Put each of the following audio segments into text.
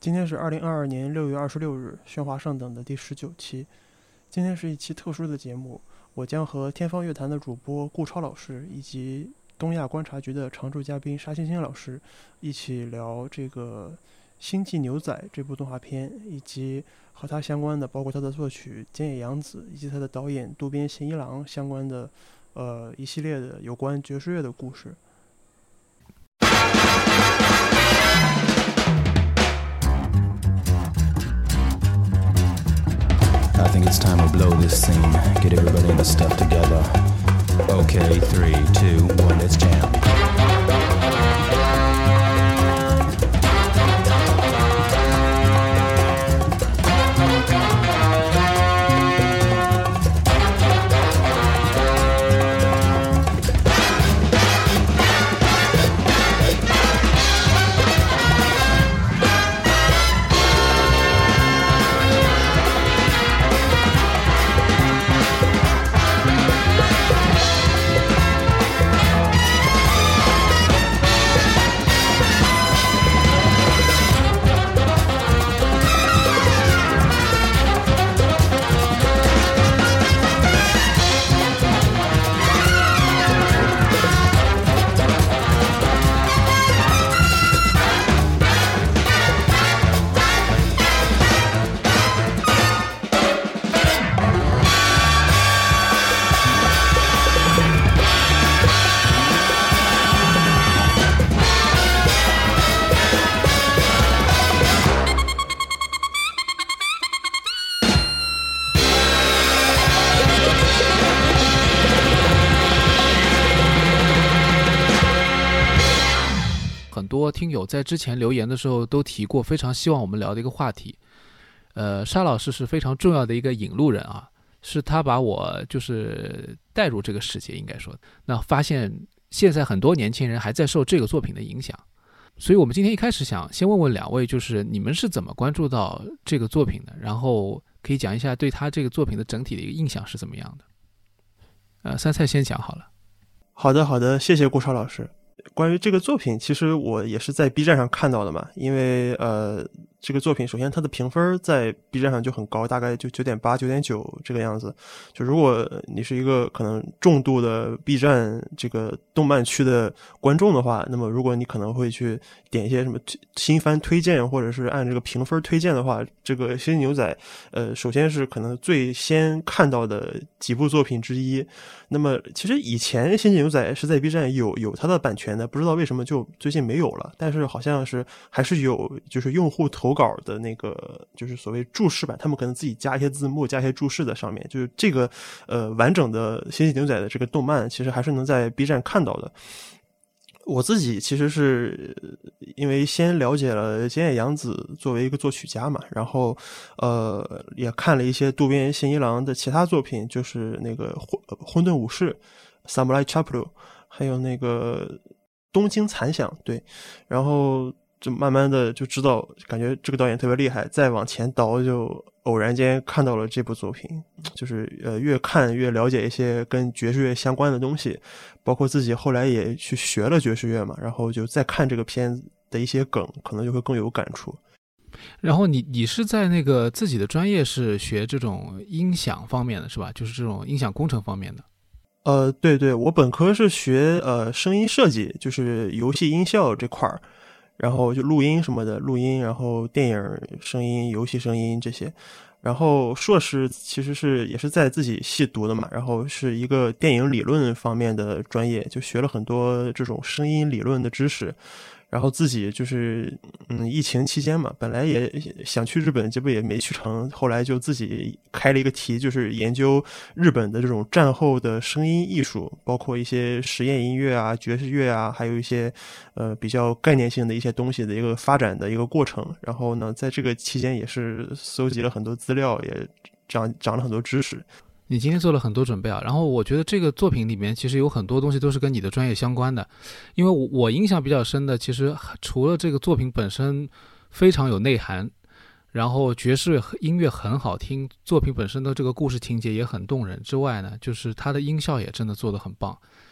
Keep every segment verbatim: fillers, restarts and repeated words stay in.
今天是二零二二年六月二十六日，喧哗上等的第十九期。今天是一期特殊的节目，我将和天方乐坛的主播顾超老师以及东亚观察局的常驻嘉宾沙欣欣老师一起聊这个《星际牛仔》这部动画片，以及和它相关的，包括它的作曲菅野洋子以及它的导演渡边贤一郎相关的呃一系列的有关爵士乐的故事。 I think it's time we blow this scene. Get everybody in the stuff together. Okay, three, two, one, let's jam. 听友在之前留言的时候都提过非常希望我们聊的一个话题，呃，沙老师是非常重要的一个引路人啊，是他把我就是带入这个世界，应该说，那发现现在很多年轻人还在受这个作品的影响，所以我们今天一开始想先问问两位，就是你们是怎么关注到这个作品的，然后可以讲一下对他这个作品的整体的一个印象是怎么样的。呃，三菜先讲好了。 好的好的，谢谢顾超老师。关于这个作品，其实我也是在 B 站上看到的嘛，因为呃，这个作品首先它的评分在 B 站上就很高，大概就 九点八、九点九 这个样子。就如果你是一个可能重度的 B 站这个动漫区的观众的话，那么如果你可能会去点一些什么新番推荐，或者是按这个评分推荐的话，这个星际牛仔呃，首先是可能最先看到的几部作品之一。那么其实以前星际牛仔是在 B 站有有它的版权的，不知道为什么就最近没有了，但是好像是还是有就是用户投稿的那个就是所谓注释版，他们可能自己加一些字幕加一些注释在上面，就是这个呃完整的星际牛仔的这个动漫其实还是能在 B 站看到的。我自己其实是因为先了解了菅野洋子作为一个作曲家嘛，然后呃也看了一些渡边贤一郎的其他作品，就是那个混沌武士 Samurai Champloo， 还有那个东京残响，对，然后就慢慢的就知道感觉这个导演特别厉害，再往前倒就偶然间看到了这部作品，就是呃越看越了解一些跟爵士乐相关的东西，包括自己后来也去学了爵士乐嘛，然后就再看这个片子的一些梗，可能就会更有感触。 然后你你是在那个自己的专业是学这种音响方面的是吧？就是这种音响工程方面的。 呃，对对，我本科是学呃声音设计，就是游戏音效这块儿，然后就录音什么的，录音，然后电影声音、游戏声音这些。然后硕士其实是也是在自己系读的嘛，然后是一个电影理论方面的专业，就学了很多这种声音理论的知识。然后自己就是嗯，疫情期间嘛，本来也想去日本，结果也没去成，后来就自己开了一个题，就是研究日本的这种战后的声音艺术，包括一些实验音乐啊、爵士乐啊，还有一些呃比较概念性的一些东西的一个发展的一个过程。然后呢，在这个期间也是搜集了很多资料，也长长了很多知识。 你今天做了很多准备啊，然后我觉得这个作品里面其实有很多东西都是跟你的专业相关的，因为我我印象比较深的，其实除了这个作品本身非常有内涵，然后爵士音乐很好听，作品本身的这个故事情节也很动人之外呢，就是它的音效也真的做得很棒，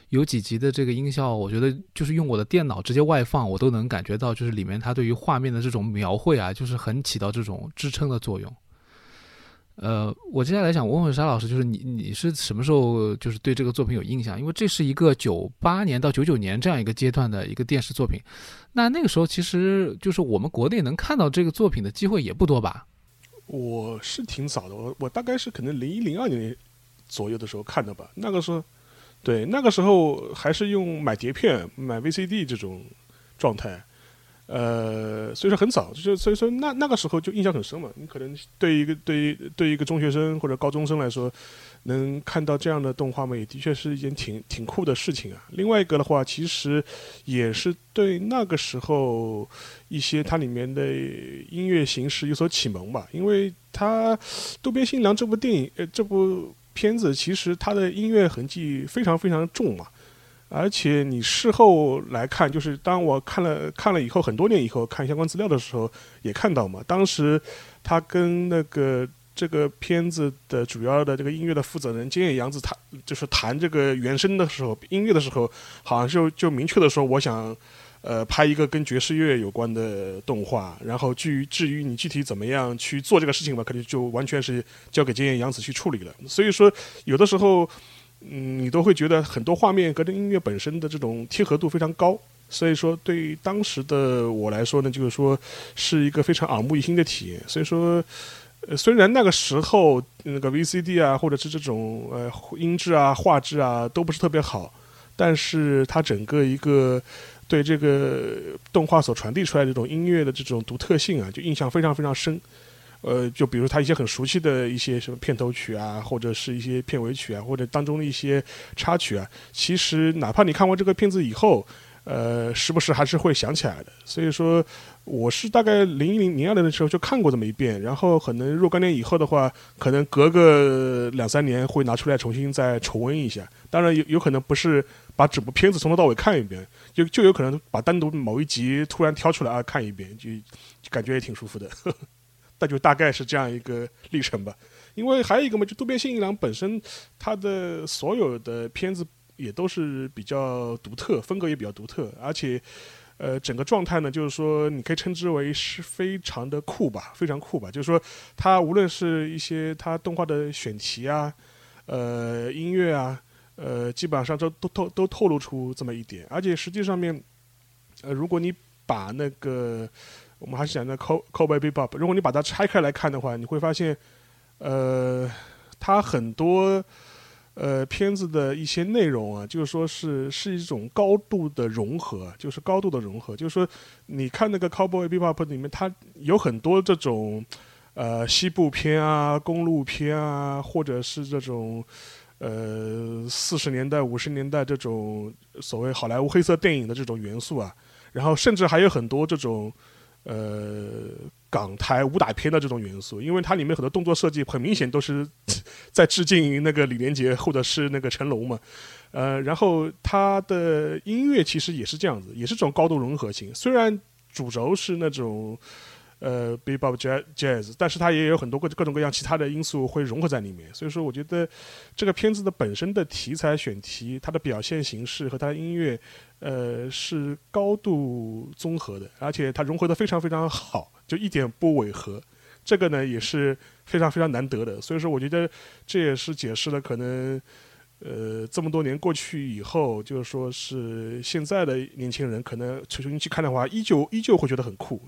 有几集的这个音效，我觉得就是用我的电脑直接外放，我都能感觉到，就是里面它对于画面的这种描绘啊，就是很起到这种支撑的作用。呃，我接下来想问问沙老师，就是你你是什么时候就是对这个作品有印象？因为这是一个九八年到九九年这样一个阶段的一个电视作品，那那个时候其实就是我们国内能看到这个作品的机会也不多吧？ 我是挺早的，我我大概是可能零一零二年左右的时候看的吧。那个时候，对，那个时候还是用买碟片、买 V C D 这种状态。呃，所以说很早，就所以说那那个时候就印象很深嘛。你可能对一个对于对于一个中学生或者高中生来说，能看到这样的动画嘛，也的确是一件挺挺酷的事情啊。另外一个的话，其实也是对那个时候一些它里面的音乐形式有所启蒙吧。因为它《渡边信良》这部电影，呃，这部片子其实它的音乐痕迹非常非常重嘛。而且你事后来看，就是当我看了看了以后，很多年以后看相关资料的时候，也看到嘛，当时他跟那个这个片子的主要的这个音乐的负责人菅野洋子谈，就是谈这个原声的时候，音乐的时候，好像就就明确的说，我想，呃，拍一个跟爵士乐有关的动画，然后至于至于你具体怎么样去做这个事情吧，可能就完全是交给菅野洋子去处理了。所以说，有的时候。嗯，你都会觉得很多画面跟着音乐本身的这种贴合度非常高，所以说对于当时的我来说呢，就是说是一个非常耳目一新的体验。所以说，呃，虽然那个时候那个 V C D 啊，或者是这种呃音质啊、画质啊都不是特别好，但是它整个一个对这个动画所传递出来的这种音乐的这种独特性啊，就印象非常非常深。呃，就比如他一些很熟悉的一些什么片头曲啊，或者是一些片尾曲啊，或者当中的一些插曲啊，其实哪怕你看完这个片子以后，呃，时不时还是会想起来的。所以说，我是大概零一零零二年的时候就看过这么一遍，然后可能若干年以后的话，可能隔个两三年会拿出来重新再重温一下。当然有有可能不是把整部片子从头到尾看一遍，就就有可能把单独某一集突然挑出来啊看一遍，就就感觉也挺舒服的。呵呵，那就大概是这样一个历程吧。因为还有一个嘛，就渡边信一郎本身他的所有的片子也都是比较独特，风格也比较独特，而且呃整个状态呢，就是说你可以称之为是非常的酷吧，非常酷吧。就是说他无论是一些他动画的选题啊，呃音乐啊，呃基本上都都透都透露出这么一点。而且实际上面，呃如果你把那个我们还是讲的 Cowboy Bebop， 如果你把它拆开来看的话，你会发现，呃，它很多呃片子的一些内容啊，就是说是是一种高度的融合，就是高度的融合，就是说你看那个 Cowboy Bebop 里面，它有很多这种呃西部片啊、公路片啊，或者是这种呃四十年代、五十年代这种所谓好莱坞黑色电影的这种元素啊，然后甚至还有很多这种。呃，港台武打片的这种元素，因为它里面很多动作设计很明显都是在致敬那个李连杰或者是那个成龙嘛，呃，然后它的音乐其实也是这样子，也是这种高度融合性。虽然主轴是那种呃 bebop jazz， 但是它也有很多各各种各样其他的因素会融合在里面。所以说，我觉得这个片子的本身的题材选题、它的表现形式和它的音乐。呃，是高度综合的，而且它融合的非常非常好，就一点不违和。这个呢也是非常非常难得的，所以说我觉得这也是解释了可能，呃，这么多年过去以后，就是说是现在的年轻人可能重新去看的话，依旧依旧会觉得很酷。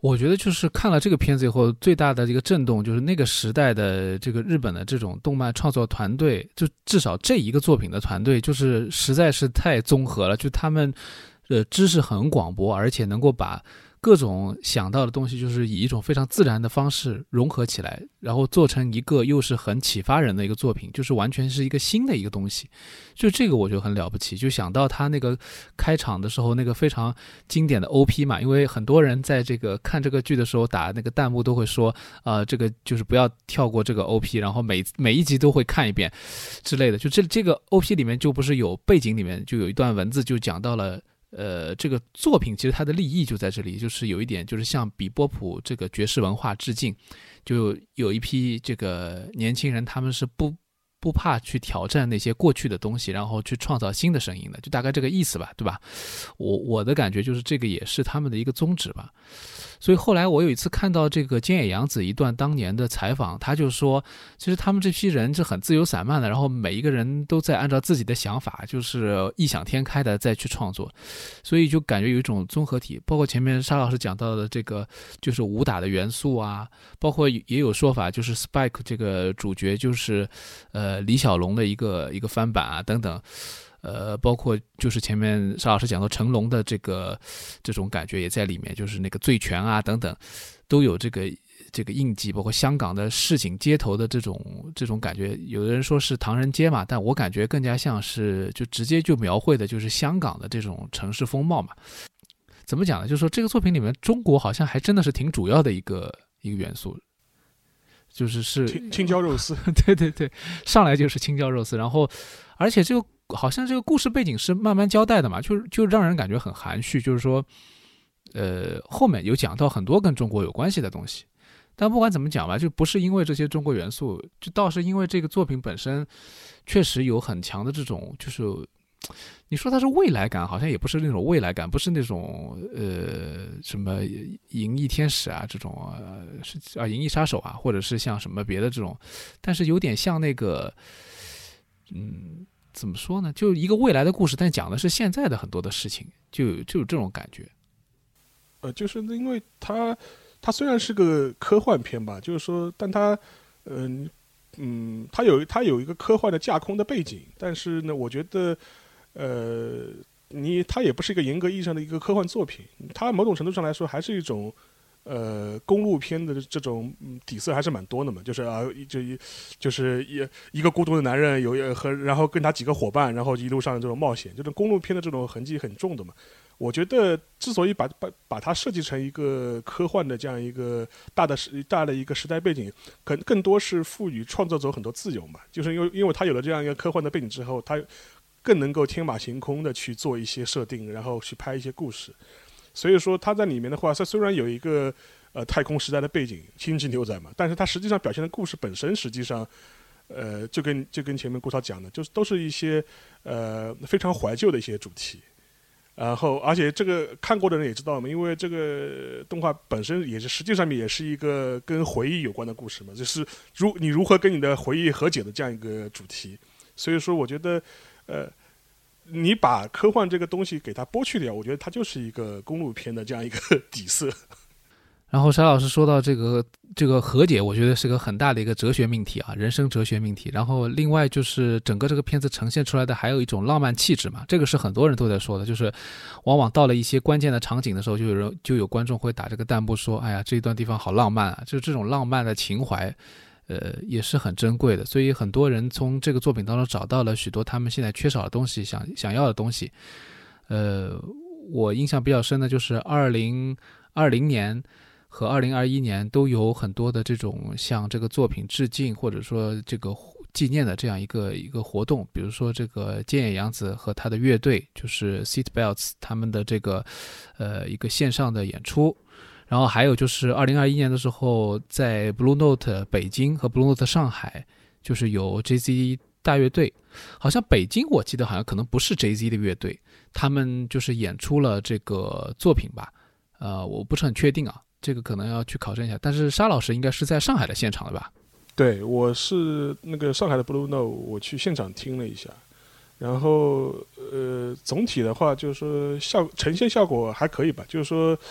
我觉得就是看了这个片子以后，最大的一个震动就是那个时代的这个日本的这种动漫创作团队，就至少这一个作品的团队，就是实在是太综合了，就他们呃知识很广博，而且能够把各种想到的东西，就是以一种非常自然的方式融合起来，然后做成一个又是很启发人的一个作品，就是完全是一个新的一个东西。就这个我觉得很了不起，就想到他那个开场的时候那个非常经典的 O P 嘛，因为很多人在这个看这个剧的时候打那个弹幕都会说啊、呃，这个就是不要跳过这个 O P， 然后每每一集都会看一遍之类的。就这这个 O P 里面就不是有背景里面就有一段文字就讲到了。呃，这个作品其实它的立意就在这里，就是有一点就是向比波普这个爵士文化致敬，就有一批这个年轻人，他们是不不怕去挑战那些过去的东西，然后去创造新的声音的，就大概这个意思吧，对吧？我我的感觉就是这个也是他们的一个宗旨吧。所以后来我有一次看到这个菅野洋子一段当年的采访，他就说，其实他们这批人是很自由散漫的，然后每一个人都在按照自己的想法，就是异想天开的再去创作，所以就感觉有一种综合体。包括前面沙老师讲到的这个，就是武打的元素啊，包括也有说法，就是 Spike 这个主角就是呃李小龙的一个一个翻版啊等等。呃，包括就是前面沙老师讲到成龙的这个这种感觉也在里面，就是那个醉拳啊等等，都有这个这个印记，包括香港的市井街头的这种这种感觉。有的人说是唐人街嘛，但我感觉更加像是就直接就描绘的就是香港的这种城市风貌嘛。怎么讲呢？就是说这个作品里面，中国好像还真的是挺主要的一个一个元素。就是是青青椒肉丝， 对对对，上来就是青椒肉丝，然后而且这个好像这个故事背景是慢慢交代的嘛，就就让人感觉很含蓄，就是说，呃，后面有讲到很多跟中国有关系的东西，但不管怎么讲吧，就不是因为这些中国元素，就倒是因为这个作品本身确实有很强的这种就是。你说它是未来感，好像也不是那种未来感，不是那种呃什么银翼天使啊这种呃是啊银翼杀手啊，或者是像什么别的这种，但是有点像那个嗯怎么说呢，就一个未来的故事，但讲的是现在的很多的事情，就有就有这种感觉。 呃，就是因为它它虽然是个科幻片吧，就是说，但它嗯嗯它有它有一个科幻的架空的背景，但是呢，我觉得。呃，你它也不是一个严格意义上的一个科幻作品，它某种程度上来说还是一种呃公路片的这种底色还是蛮多的嘛，就是啊，就就是一一个孤独的男人有和然后跟他几个伙伴，然后一路上这种冒险，这种公路片的这种痕迹很重的嘛。我觉得之所以把把把它设计成一个科幻的这样一个大的时大的一个时代背景，可更多是赋予创作者很多自由嘛，就是因为因为他有了这样一个科幻的背景之后，他更能够天马行空的去做一些设定，然后去拍一些故事。所以说他在里面的话，它虽然有一个呃太空时代的背景，星际牛仔嘛，但是它实际上表现的故事本身，实际上呃就跟就跟前面郭超讲的，就是都是一些呃非常怀旧的一些主题。然后，而且这个看过的人也知道嘛，因为这个动画本身也是实际上面也是一个跟回忆有关的故事嘛，就是如你如何跟你的回忆和解的这样一个主题。所以说，我觉得。呃，你把科幻这个东西给它剥去掉，我觉得它就是一个公路片的这样一个底色。 然后沙老师说到这个这个和解，我觉得是个很大的一个哲学命题啊，人生哲学命题。然后另外就是整个这个片子呈现出来的还有一种浪漫气质嘛，这个是很多人都在说的，就是往往到了一些关键的场景的时候，就有人就有观众会打这个弹幕说，哎呀，这一段地方好浪漫啊，就是这种浪漫的情怀。呃，也是很珍贵的，所以很多人从这个作品当中找到了许多他们现在缺少的东西，想想要的东西。呃，我印象比较深的就是二零二零年和二零二一年都有很多的这种向这个作品致敬或者说这个纪念的这样一个一个活动，比如说这个菅野洋子和他的乐队，就是 Seatbelts 他们的这个呃一个线上的演出。然后还有就是二零二一年的时候，在 Blue Note 北京和 Blue Note 上海，就是有 J Z 大乐队，好像北京我记得好像可能不是 J Z 的乐队，他们就是演出了这个作品吧，呃，我不是很确定啊，这个可能要去考证一下。但是沙老师应该是在上海的现场的吧？ 对，我是那个上海的 Blue Note， 我去现场听了一下，然后呃，总体的话就是说效呈现效果还可以吧，就是说。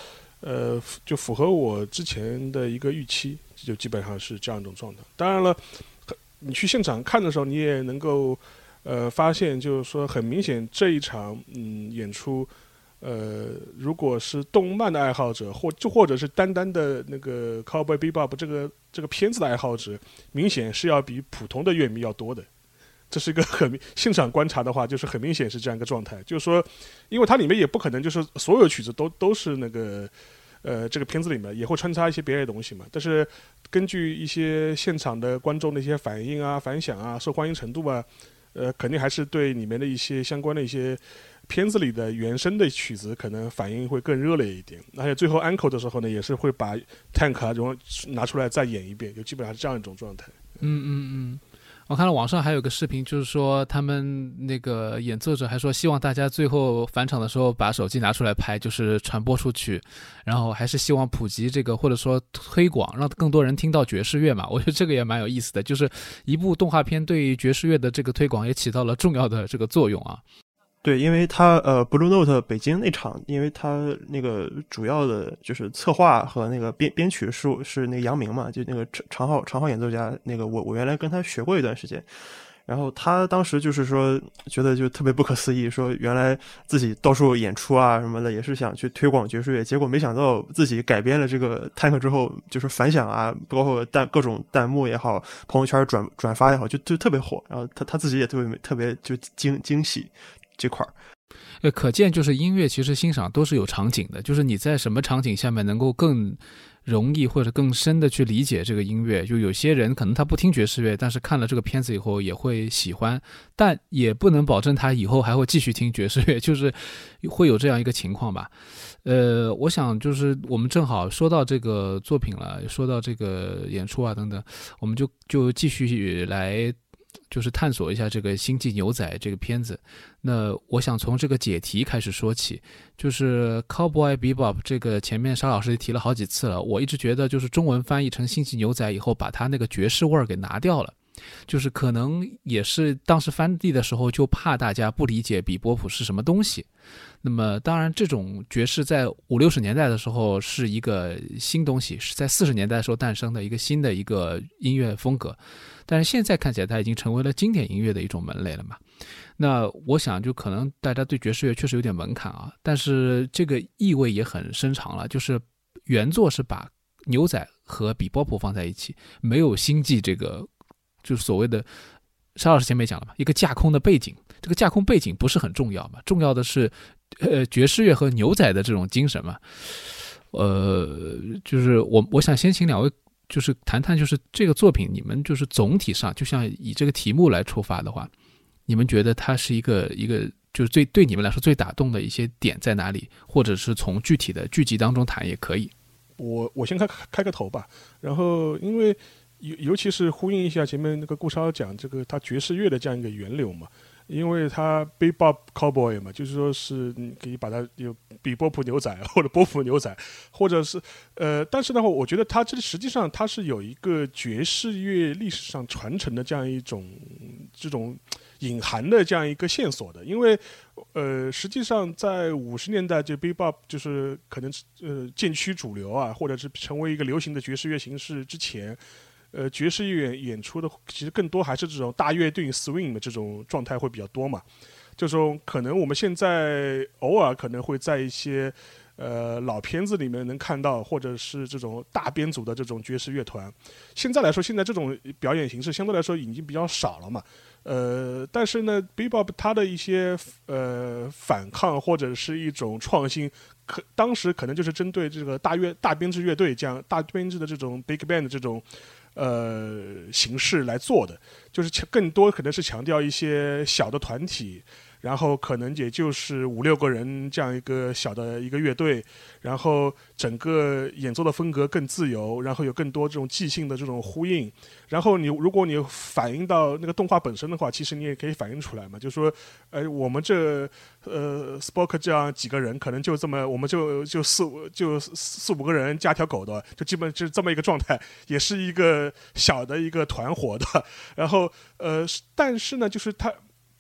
呃，就符合我之前的一个预期，就基本上是这样一种状态。当然了，你去现场看的时候，你也能够呃发现，就是说很明显这一场嗯演出。呃，如果是动漫的爱好者，或就或者是单单的那个 Cowboy Bebop 这个这个片子的爱好者，明显是要比普通的乐迷要多的。这是一个很现场观察的话，就是很明显是这样一个状态。就是说，因为它里面也不可能就是所有曲子都都是那个呃这个片子里面也会穿插一些别的东西嘛。但是根据一些现场的观众的一些反应啊、反响啊、受欢迎程度啊，呃，肯定还是对里面的一些相关的一些。片子里的原声的曲子可能反应会更热烈一点，而且最后 encore 的时候呢，也是会把 tank 啊这种拿出来再演一遍，就基本上是这样一种状态。 嗯嗯嗯，我看到网上还有个视频，就是说他们那个演奏者还说希望大家最后返场的时候把手机拿出来拍，就是传播出去，然后还是希望普及这个或者说推广，让更多人听到爵士乐嘛。我觉得这个也蛮有意思的，就是一部动画片对爵士乐的这个推广也起到了重要的这个作用啊。 对，因为他呃 Blue Note 北京那场，因为他那个主要的就是策划和那个编编曲是是那个杨明嘛，就那个长号长号演奏家，那个我我原来跟他学过一段时间，然后他当时就是说觉得就特别不可思议，说原来自己到处演出啊什么的，也是想去推广爵士乐，结果没想到自己改编了这个 Tank 之后，就是反响啊，包括弹各种弹幕也好，朋友圈转转发也好，就就特别火，然后他他自己也特别特别就惊惊喜。这块呃，可见就是音乐其实欣赏都是有场景的，就是你在什么场景下面能够更容易或者更深的去理解这个音乐。就有些人可能他不听爵士乐，但是看了这个片子以后也会喜欢，但也不能保证他以后还会继续听爵士乐，就是会有这样一个情况吧。呃，我想就是我们正好说到这个作品了，说到这个演出啊等等，我们就就继续来就是探索一下这个《星际牛仔》这个片子。那我想从这个解题开始说起，就是 Cowboy Bebop 这个前面沙老师提了好几次了，我一直觉得就是中文翻译成星际牛仔以后，把它那个爵士味儿给拿掉了。就是可能也是当时翻译的时候就怕大家不理解比波普是什么东西。那么当然这种爵士在五六十年代的时候是一个新东西，是在四十年代的时候诞生的一个新的一个音乐风格，但是现在看起来它已经成为了经典音乐的一种门类了嘛。那我想就可能大家对爵士乐确实有点门槛啊，但是这个意味也很深长了，就是原作是把牛仔和比波普放在一起，没有星际这个就是所谓的沙老师前面讲了嘛，一个架空的背景，这个架空背景不是很重要嘛，重要的是呃爵士乐和牛仔的这种精神嘛。呃，就是我我想先请两位就是谈谈，就是这个作品你们就是总体上就像以这个题目来出发的话，你们觉得它是一个一个就是最对你们来说最打动的一些点在哪里，或者是从具体的剧集当中谈也可以。 我我先开开个头吧，然后因为尤尤其是呼应一下前面那个顾超讲这个他爵士乐的这样一个源流嘛，因为他 Bebop Cowboy 嘛，就是说是你可以把它有比波普牛仔或者波普牛仔，或者是呃，但是的话，我觉得它这实际上它是有一个爵士乐历史上传承的这样一种这种隐含的这样一个线索的，因为呃，实际上在五十年代就 Bebop 就是可能呃渐趋主流啊，或者是成为一个流行的爵士乐形式之前。呃，爵士乐演出的其实更多还是这种大乐队 swing 的这种状态会比较多嘛，这种可能我们现在偶尔可能会在一些呃老片子里面能看到，或者是这种大编组的这种爵士乐团。现在来说，现在这种表演形式相对来说已经比较少了嘛。呃，但是呢 ，Bebop 它的一些呃反抗或者是一种创新，可当时可能就是针对这个大乐大编制乐队这样大编制的这种 big band 的这种。呃，形式来做的，就是更多可能是强调一些小的团体，然后可能也就是五六个人这样一个小的一个乐队，然后整个演奏的风格更自由，然后有更多这种即兴的这种呼应。然后你如果你反映到那个动画本身的话，其实你也可以反映出来嘛，就是说，呃，我们这呃 Spock 这样几个人，可能就这么，我们就就四五就四五个人加条狗的，就基本就是这么一个状态，也是一个小的一个团伙的。然后呃，但是呢，就是它。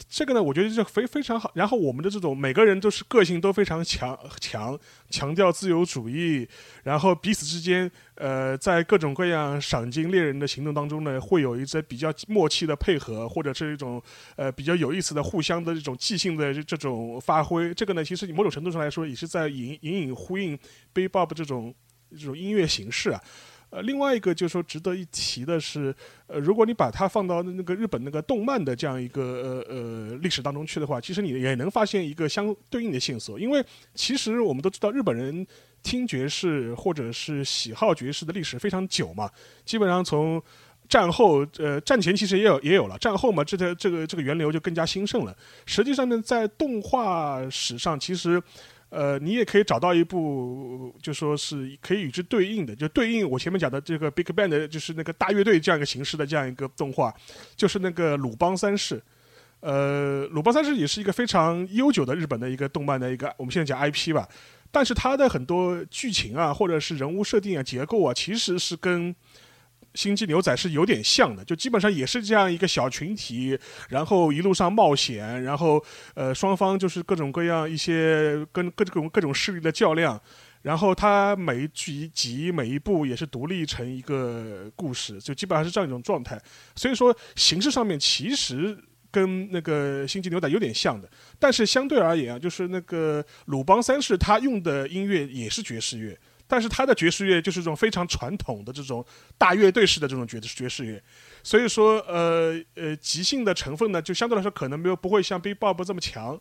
这个呢，我觉得这非非常好。然后我们的这种每个人都是个性都非常强强，强调自由主义，然后彼此之间呃在各种各样赏金猎人的行动当中呢，会有一些比较默契的配合，或者是一种呃比较有意思的互相的这种即兴的这种发挥。这个呢，其实某种程度上来说，也是在隐隐隐呼应 Bebop 这种这种音乐形式啊。呃，另外一个就是说值得一提的是，呃，如果你把它放到那个日本那个动漫的这样一个呃呃历史当中去的话，其实你也能发现一个相对应的线索。因为其实我们都知道，日本人听爵士或者是喜好爵士的历史非常久嘛，基本上从战后，呃，战前其实也有也有了，战后嘛，这个这个这个源流就更加兴盛了。实际上呢，在动画史上，其实。呃，你也可以找到一部，就说是可以与之对应的，就对应我前面讲的这个 Big Bang 的，就是那个大乐队这样一个形式的这样一个动画，就是那个鲁邦三世。呃，鲁邦三世也是一个非常悠久的日本的一个动漫的一个，我们现在讲 I P 吧，但是它的很多剧情啊，或者是人物设定啊、结构啊，其实是跟星际牛仔是有点像的，就基本上也是这样一个小群体，然后一路上冒险，然后呃双方就是各种各样一些跟各种各种势力的较量，然后它每一集集每一部也是独立成一个故事，就基本上是这样一种状态。所以说形式上面其实跟那个星际牛仔有点像的，但是相对而言啊，就是那个鲁邦三世他用的音乐也是爵士乐。但是他的爵士乐就是这种非常传统的这种大乐队式的这种爵爵士乐，所以说呃呃即兴的成分呢，就相对来说可能没有不会像 Bebop 这么强。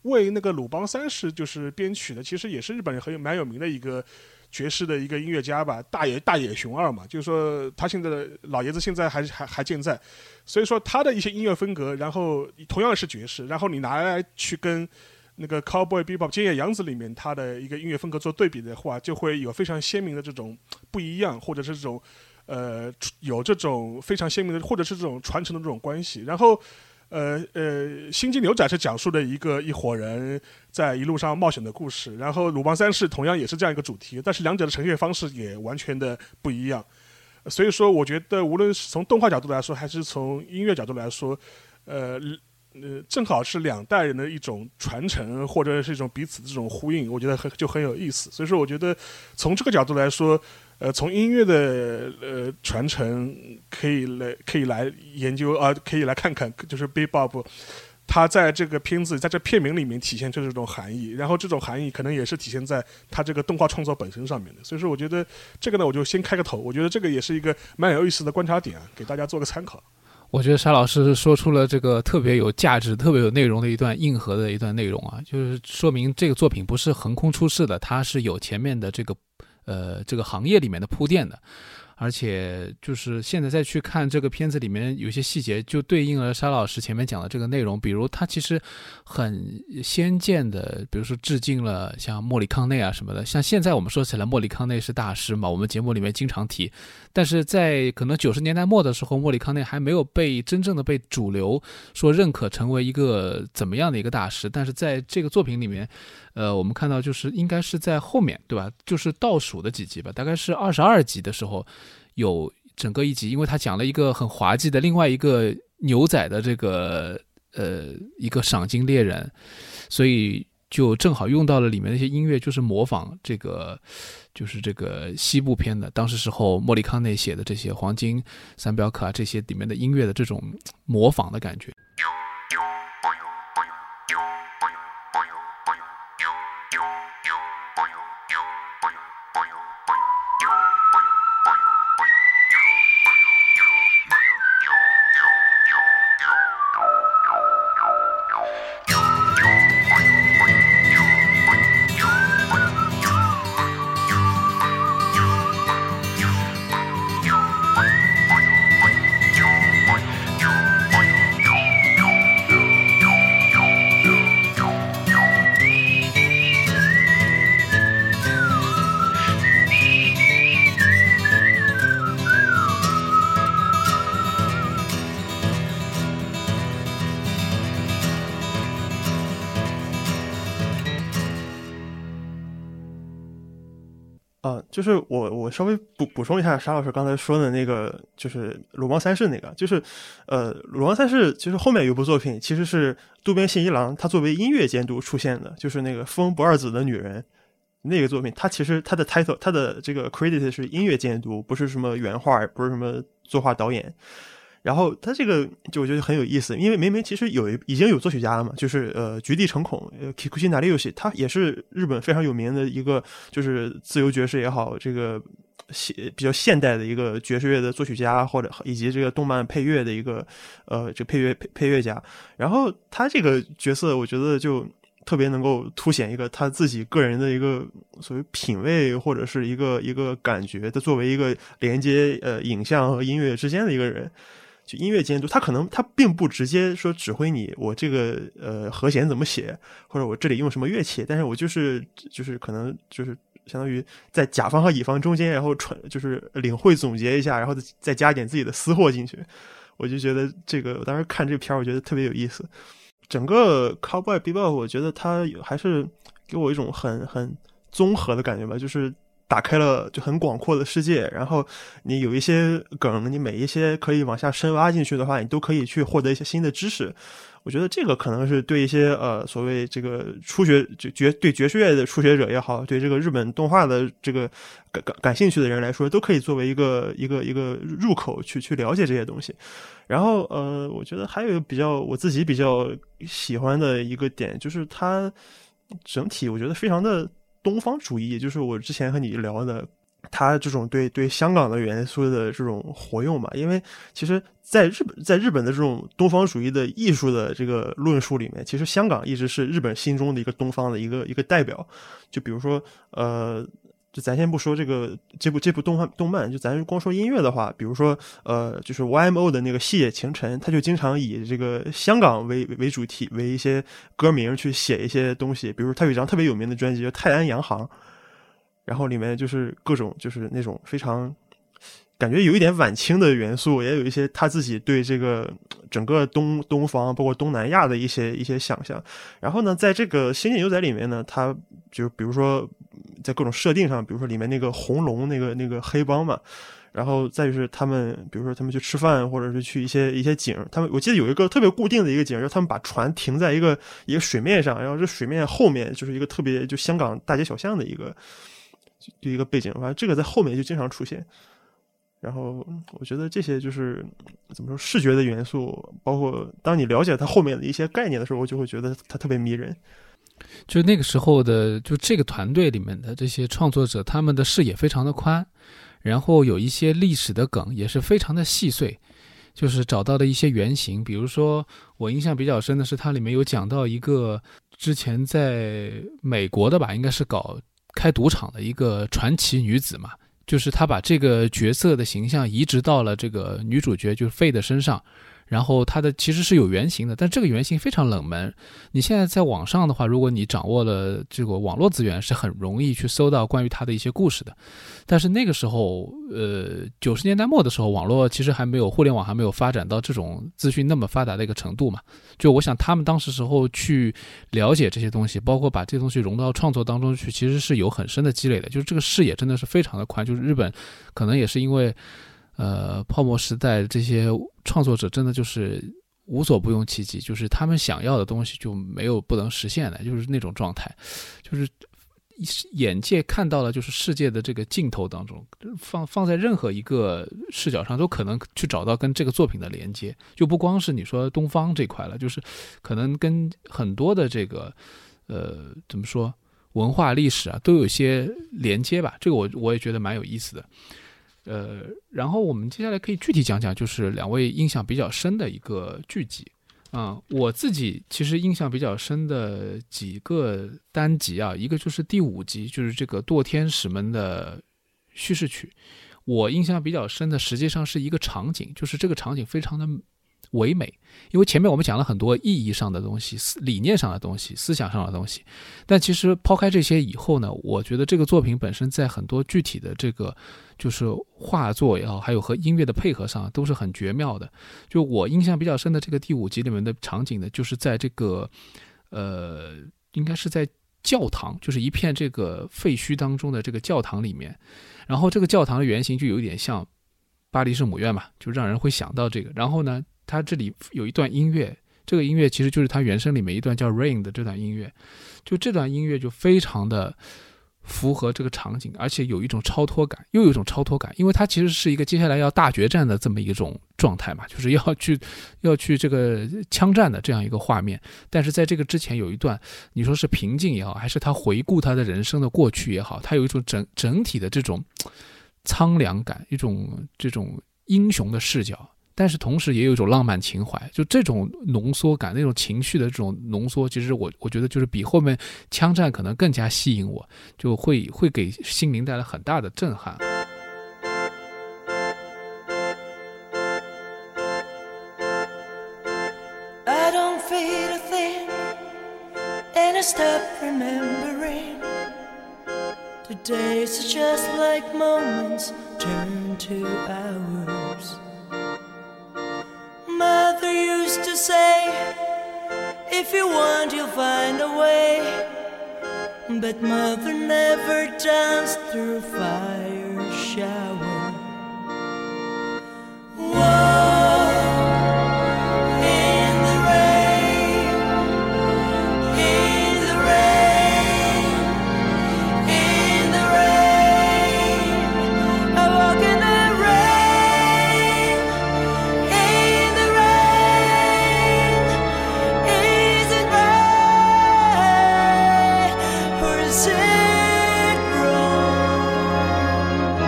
为那个鲁邦三世就是编曲的，其实也是日本人很有蛮有名的一个爵士的一个音乐家吧，大野大野雄二嘛，就是说他现在的老爷子现在还还还健在，所以说他的一些音乐风格，然后同样是爵士，然后你拿来去跟那个 Cowboy Bebop 菅野洋子里面他的一个音乐风格做对比的话，就会有非常鲜明的这种不一样，或者是这种呃有这种非常鲜明的，或者是这种传承的这种关系。然后呃呃，星际牛仔是讲述的一个一伙人在一路上冒险的故事，然后鲁邦三世同样也是这样一个主题，但是两者的呈现方式也完全的不一样。所以说，我觉得无论是从动画角度来说，还是从音乐角度来说，呃。呃，正好是两代人的一种传承，或者是一种彼此的这种呼应，我觉得很就很有意思。所以说，我觉得从这个角度来说，呃，从音乐的呃传承可以来可以来研究啊、呃，可以来看看，就是 Bebop 它在这个片子在这片名里面体现出这种含义，然后这种含义可能也是体现在它这个动画创作本身上面的。所以说，我觉得这个呢，我就先开个头，我觉得这个也是一个蛮有意思的观察点，给大家做个参考。 我觉得沙老师说出了这个特别有价值、特别有内容的一段硬核的一段内容啊，就是说明这个作品不是横空出世的，它是有前面的这个呃这个行业里面的铺垫的。而且就是现在再去看这个片子里面有些细节，就对应了沙老师前面讲的这个内容。比如他其实很先见的，比如说致敬了像莫里康内啊什么的。像现在我们说起来莫里康内是大师嘛，我们节目里面经常提，但是在可能九十年代末的时候，莫里康内还没有被真正的被主流说认可成为一个怎么样的一个大师。但是在这个作品里面呃，我们看到就是应该是在后面对吧，就是倒数的几集吧，大概是二十二集的时候有整个一集，因为他讲了一个很滑稽的另外一个牛仔的这个呃一个赏金猎人，所以就正好用到了里面的一些音乐，就是模仿这个就是这个西部片的当时时候莫里康内写的这些黄金三镖客啊这些里面的音乐的这种模仿的感觉。 啊，就是我我稍微补补充一下沙老师刚才说的那个，就是鲁邦三世那个，就是呃鲁邦三世其实后面有一部作品其实是渡边信一郎他作为音乐监督出现的，就是那个富翁不二子的女人那个作品，他其实他的 title 他的这个 credit 是音乐监督，不是什么原画，不是什么作画导演。然后他这个就我觉得很有意思，因为明明其实有已经有作曲家了嘛，就是呃菊地诚孔呃 Kikuchi Nariyoshi， 他也是日本非常有名的一个就是自由爵士也好，这个比较现代的一个爵士乐的作曲家，或者以及这个动漫配乐的一个呃这个配乐配配乐家。然后他这个角色我觉得就特别能够凸显一个他自己个人的一个所谓品味或者是一个一个感觉，他作为一个连接呃影像和音乐之间的一个人。就音乐监督，他可能他并不直接说指挥你，我这个呃和弦怎么写，或者我这里用什么乐器，但是我就是就是可能就是相当于在甲方和乙方中间，然后传就是领会总结一下，然后再加点自己的私货进去。我就觉得这个，我当时看这片儿，我觉得特别有意思。整个 Cowboy Bebop， 我觉得它还是给我一种很很综合的感觉吧，就是打开了就很广阔的世界，然后你有一些梗，你每一些可以往下深挖进去的话，你都可以去获得一些新的知识。我觉得这个可能是对一些呃所谓这个初学爵对爵士乐的初学者也好，对这个日本动画的这个感感感兴趣的人来说，都可以作为一个一个一个入口去去了解这些东西。然后呃，我觉得还有一个比较我自己比较喜欢的一个点，就是它整体我觉得非常的东方主义，就是我之前和你聊的他这种对对香港的元素的这种活用嘛，因为其实在日本在日本的这种东方主义的艺术的这个论述里面，其实香港一直是日本心中的一个东方的一个一个代表。就比如说呃就咱先不说这个这部这部动漫动漫，就咱光说音乐的话，比如说呃，就是 Y M O 的那个细野晴臣，他就经常以这个香港为为主题，为一些歌名去写一些东西。比如他有一张特别有名的专辑叫《泰安洋行》，然后里面就是各种就是那种非常感觉有一点晚清的元素，也有一些他自己对这个整个东东方包括东南亚的一些一些想象。然后呢，在这个《星际牛仔》里面呢，他就比如说在各种设定上，比如说里面那个红龙那个那个黑帮嘛，然后再就是他们比如说他们去吃饭或者是去一些一些景，他们我记得有一个特别固定的一个景，就是他们把船停在一个一个水面上，然后这水面后面就是一个特别就香港大街小巷的一个就一个背景，反正这个在后面就经常出现。然后我觉得这些就是怎么说视觉的元素，包括当你了解它后面的一些概念的时候，我就会觉得它特别迷人。 就那个时候的，就这个团队里面的这些创作者，他们的视野非常的宽，然后有一些历史的梗也是非常的细碎，就是找到了一些原型。比如说我印象比较深的是，它里面有讲到一个之前在美国的吧，应该是搞开赌场的一个传奇女子嘛，就是他把这个角色的形象移植到了这个女主角就是费的身上，然后它的其实是有原型的，但这个原型非常冷门。你现在在网上的话，如果你掌握了这个网络资源，是很容易去搜到关于它的一些故事的。但是那个时候，呃，九十年代末的时候，网络其实还没有互联网还没有发展到这种资讯那么发达的一个程度嘛。就我想他们当时时候去了解这些东西，包括把这些东西融到创作当中去，其实是有很深的积累的。就是这个视野真的是非常的宽。就是日本可能也是因为呃泡沫时代这些创作者真的就是无所不用其极，就是他们想要的东西就没有不能实现的，就是那种状态，就是眼界看到了就是世界的这个尽头当中，放放在任何一个视角上都可能去找到跟这个作品的连接，就不光是你说东方这块了，就是可能跟很多的这个呃怎么说文化历史啊都有一些连接吧，这个我我也觉得蛮有意思的。呃，然后我们接下来可以具体讲讲，就是两位印象比较深的一个剧集啊、嗯。我自己其实印象比较深的几个单集啊，一个就是第五集，就是这个堕天使们的叙事曲。我印象比较深的实际上是一个场景，就是这个场景非常的唯美，因为前面我们讲了很多意义上的东西、理念上的东西、思想上的东西，但其实抛开这些以后呢，我觉得这个作品本身在很多具体的这个就是画作也好，还有和音乐的配合上都是很绝妙的。就我印象比较深的这个第五集里面的场景呢，就是在这个呃，应该是在教堂，就是一片这个废墟当中的这个教堂里面，然后这个教堂的原型就有点像巴黎圣母院嘛，就让人会想到这个。然后呢，它这里有一段音乐，这个音乐其实就是它原声里面一段叫 Rain 的这段音乐，就这段音乐就非常的符合这个场景，而且有一种超脱感，又有一种超脱感，因为它其实是一个接下来要大决战的这么一种状态嘛，就是要去要去这个枪战的这样一个画面。但是在这个之前有一段，你说是平静也好，还是他回顾他的人生的过去也好，他有一种整整体的这种苍凉感，一种这种英雄的视角，但是同时也有一种浪漫情怀，就这种浓缩感，那种情绪的这种浓缩，其实我我觉得就是比后面枪战可能更加吸引我，就会会给心灵带来很大的震撼。 I don't feel a thing, and I stop remembering. The days are just like moments turn to hours. Mother used to say, if you want you'll find a way. But mother never danced through fire shower. Whoa, in the rain, in the rain, in the rain, I walk in the rain, in the rain. Is it right or is it wrong?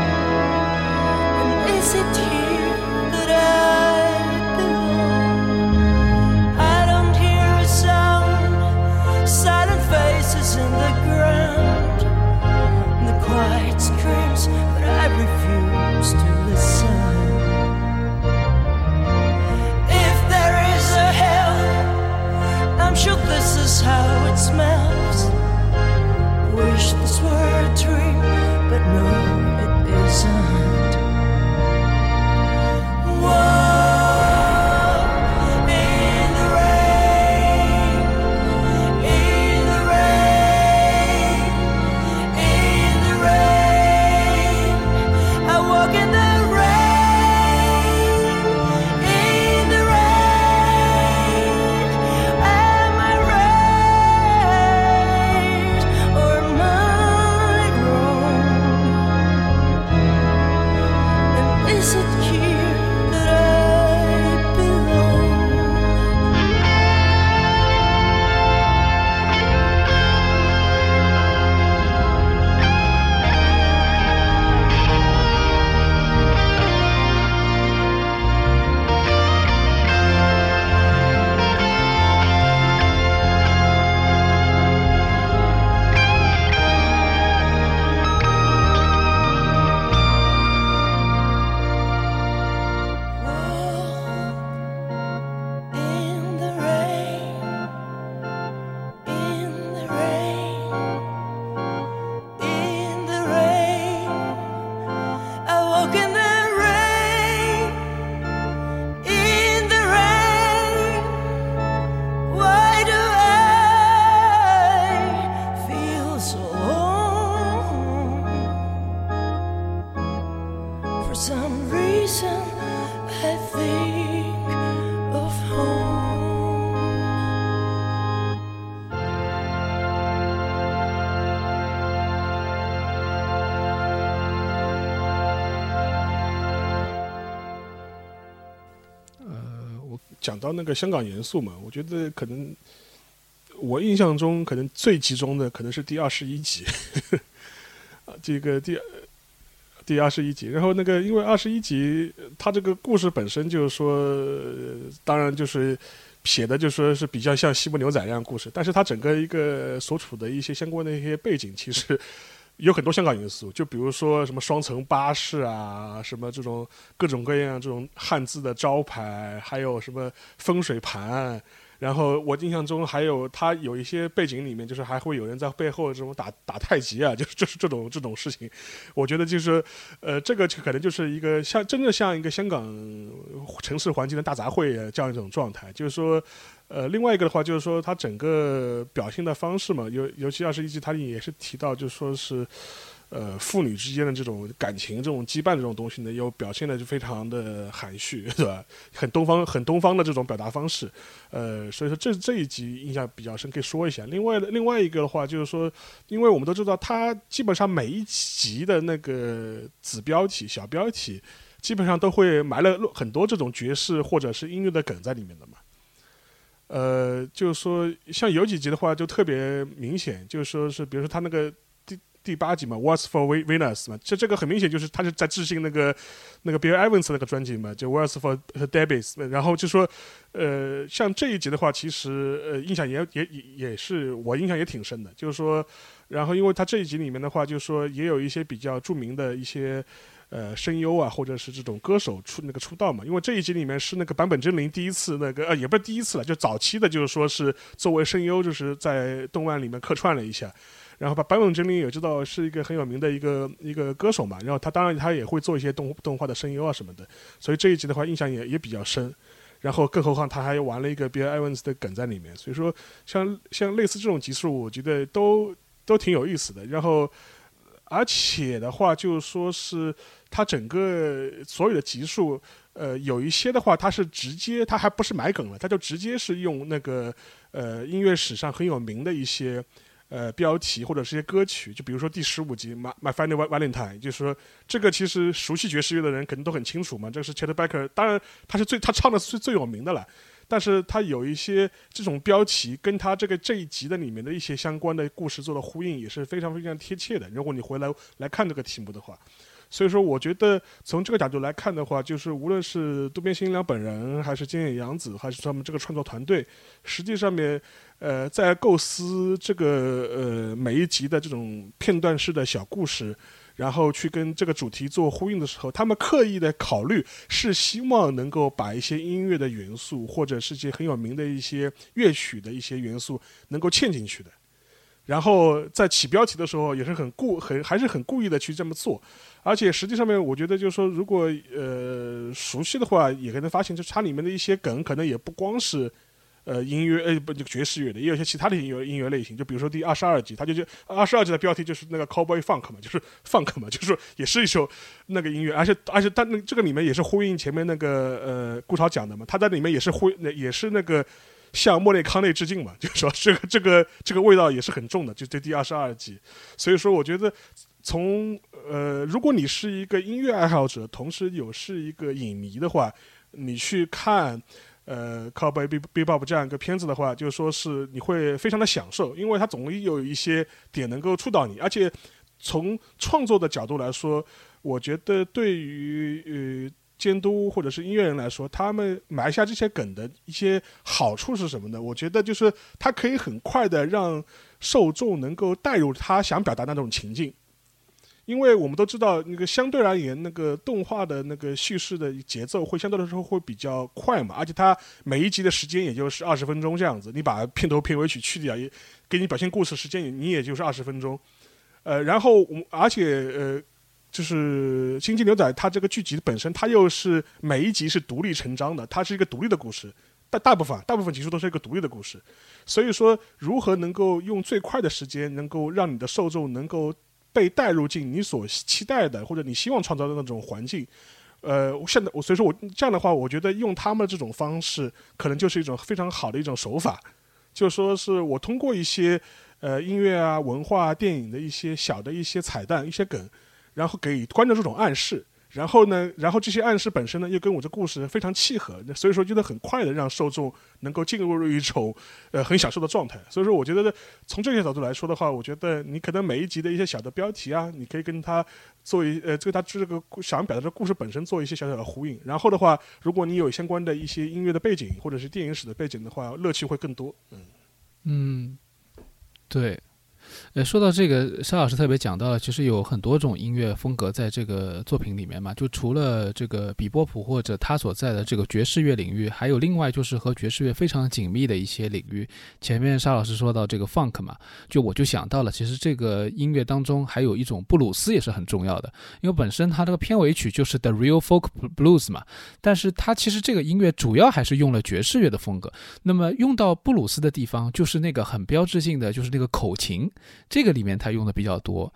sure this is how it smells. Wish this were a dream, but no, it isn't. Whoa, in the rain, in the rain, in the rain. I walk in the rain, in the rain. Am I right or am I wrong? And is it here that I belong? In the rain, in the rain, in the rain. I walk in the rain, in the rain. Why do I feel so alone? For some reason, I think of home. 讲到那个香港元素嘛，我觉得可能我印象中可能最集中的可能是第二十一集，啊，这个第第二十一集，然后那个因为二十一集它这个故事本身就是说，呃当然就是写的就说是比较像西部牛仔那样的故事，但是它整个一个所处的一些相关的一些背景，其实有很多香港元素，就比如说什么双层巴士啊，什么这种各种各样这种汉字的招牌，还有什么风水盘。然后我印象中还有他有一些背景里面，就是还会有人在背后这种打打太极啊，就是就是这种这种事情。我觉得就是呃，这个可能就是一个像真的像一个香港城市环境的大杂烩这样一种状态。就是说，呃，另外一个的话就是说，它整个表现的方式嘛，尤尤其二十一集，它也是提到，就说是。呃，父女之间的这种感情、这种羁绊这种东西呢，又表现的就非常的含蓄，对吧？很东方、很东方的这种表达方式。呃，所以说这这一集印象比较深，可以说一下。另外，另外一个的话就是说，因为我们都知道，它基本上每一集的那个子标题、小标题，基本上都会埋了很多这种爵士或者是音乐的梗在里面的嘛。呃，就是说，像有几集的话就特别明显，就是说是，比如说他那个。第八集嘛 ，What's for Venus 嘛，这这个很明显就是他是在致敬那个那个 Bill Evans 那个专辑嘛，就 What's for Debbies， 然后就说，呃，像这一集的话，其实呃印象也也也是我印象也挺深的，就是说，然后因为他这一集里面的话，就是说也有一些比较著名的一些呃声优啊，或者是这种歌手出那个出道嘛，因为这一集里面是那个坂本真绫第一次那个呃也不是第一次了，就早期的，就是说是作为声优，就是在动漫里面客串了一下。然后把坂本真绫也知道是一个很有名的一个一个歌手嘛，然后他当然他也会做一些动动画的声优啊什么的，所以这一集的话印象也也比较深。然后更何况他还玩了一个 Bill Evans 的梗在里面，所以说像像类似这种集数，我觉得都都挺有意思的。然后而且的话就是说是他整个所有的集数，呃，有一些的话他是直接他还不是埋梗了，他就直接是用那个呃音乐史上很有名的一些。呃，标题或者是一些歌曲，就比如说第十五集《My My Final Valentine》，就是说这个其实熟悉爵士乐的人肯定都很清楚嘛，这个是 Chet Baker， 当然他是最他唱的是最有名的了，但是他有一些这种标题跟他这个这一集的里面的一些相关的故事做的呼应，也是非常非常贴切的。如果你回来来看这个题目的话， 所以说，我觉得从这个角度来看的话，就是无论是渡边信一郎本人，还是菅野洋子，还是他们这个创作团队，实际上面，呃，在构思这个呃每一集的这种片段式的小故事，然后去跟这个主题做呼应的时候，他们刻意的考虑是希望能够把一些音乐的元素，或者是一些很有名的一些乐曲的一些元素能够嵌进去的。然后在起标题的时候也是很故很还是很故意的去这么做，而且实际上面我觉得就是说，如果呃熟悉的话，也可能发现，就它里面的一些梗可能也不光是呃音乐呃不爵士乐的，也有一些其他的音乐音乐类型。就比如说第二十二集，它就就二十二集的标题就是那个 Cowboy Funk 嘛，就是 Funk 嘛，就是说也是一首那个音乐，而且而且它那这个里面也是呼应前面那个呃顾超讲的嘛，它在里面也是呼也是那个。向莫内康内致敬嘛，就是说这个这个这个味道也是很重的，就这第二十二集。所以说，我觉得从呃，如果你是一个音乐爱好者，同时有是一个影迷的话，你去看呃《Cowboy Bebop》这样一个片子的话，就说是你会非常的享受，因为它总有一些点能够触到你，而且从创作的角度来说，我觉得对于呃。监督或者是音乐人来说，他们埋下这些梗的一些好处是什么呢？我觉得就是他可以很快的让受众能够带入他想表达那种情境，因为我们都知道，那个相对而言，那个动画的那个叙事的节奏会相对来说会比较快嘛，而且它每一集的时间也就是二十分钟这样子，你把片头片尾曲去掉，也给你表现故事时间，你也就是二十分钟，呃，然后而且呃。就是《星际牛仔》，它这个剧集本身，它又是每一集是独立成章的，它是一个独立的故事，大大部分大部分集数都是一个独立的故事。所以说，如何能够用最快的时间，能够让你的受众能够被带入进你所期待的或者你希望创造的那种环境，呃，现在我所以说我这样的话，我觉得用他们这种方式，可能就是一种非常好的一种手法，就说是我通过一些呃音乐啊、文化啊、电影的一些小的一些彩蛋、一些梗。然后给观众这种暗示，然后呢，然后这些暗示本身呢又跟我这故事非常契合，所以说就能很快的让受众能够进入一种呃很享受的状态。所以说，我觉得从这些角度来说的话，我觉得你可能每一集的一些小的标题啊，你可以跟他做一呃，这个他这个想表达的故事本身做一些小小的呼应。然后的话，如果你有相关的一些音乐的背景或者是电影史的背景的话，乐趣会更多。嗯嗯，对。呃，说到这个，沙老师特别讲到了，其实有很多种音乐风格在这个作品里面嘛，就除了这个比波普或者他所在的这个爵士乐领域，还有另外就是和爵士乐非常紧密的一些领域。前面沙老师说到这个 funk 嘛，就我就想到了，其实这个音乐当中还有一种布鲁斯也是很重要的，因为本身它这个片尾曲就是 The Real Folk Blues 嘛，但是它其实这个音乐主要还是用了爵士乐的风格，那么用到布鲁斯的地方就是那个很标志性的，就是那个口琴。这个里面它用的比较多。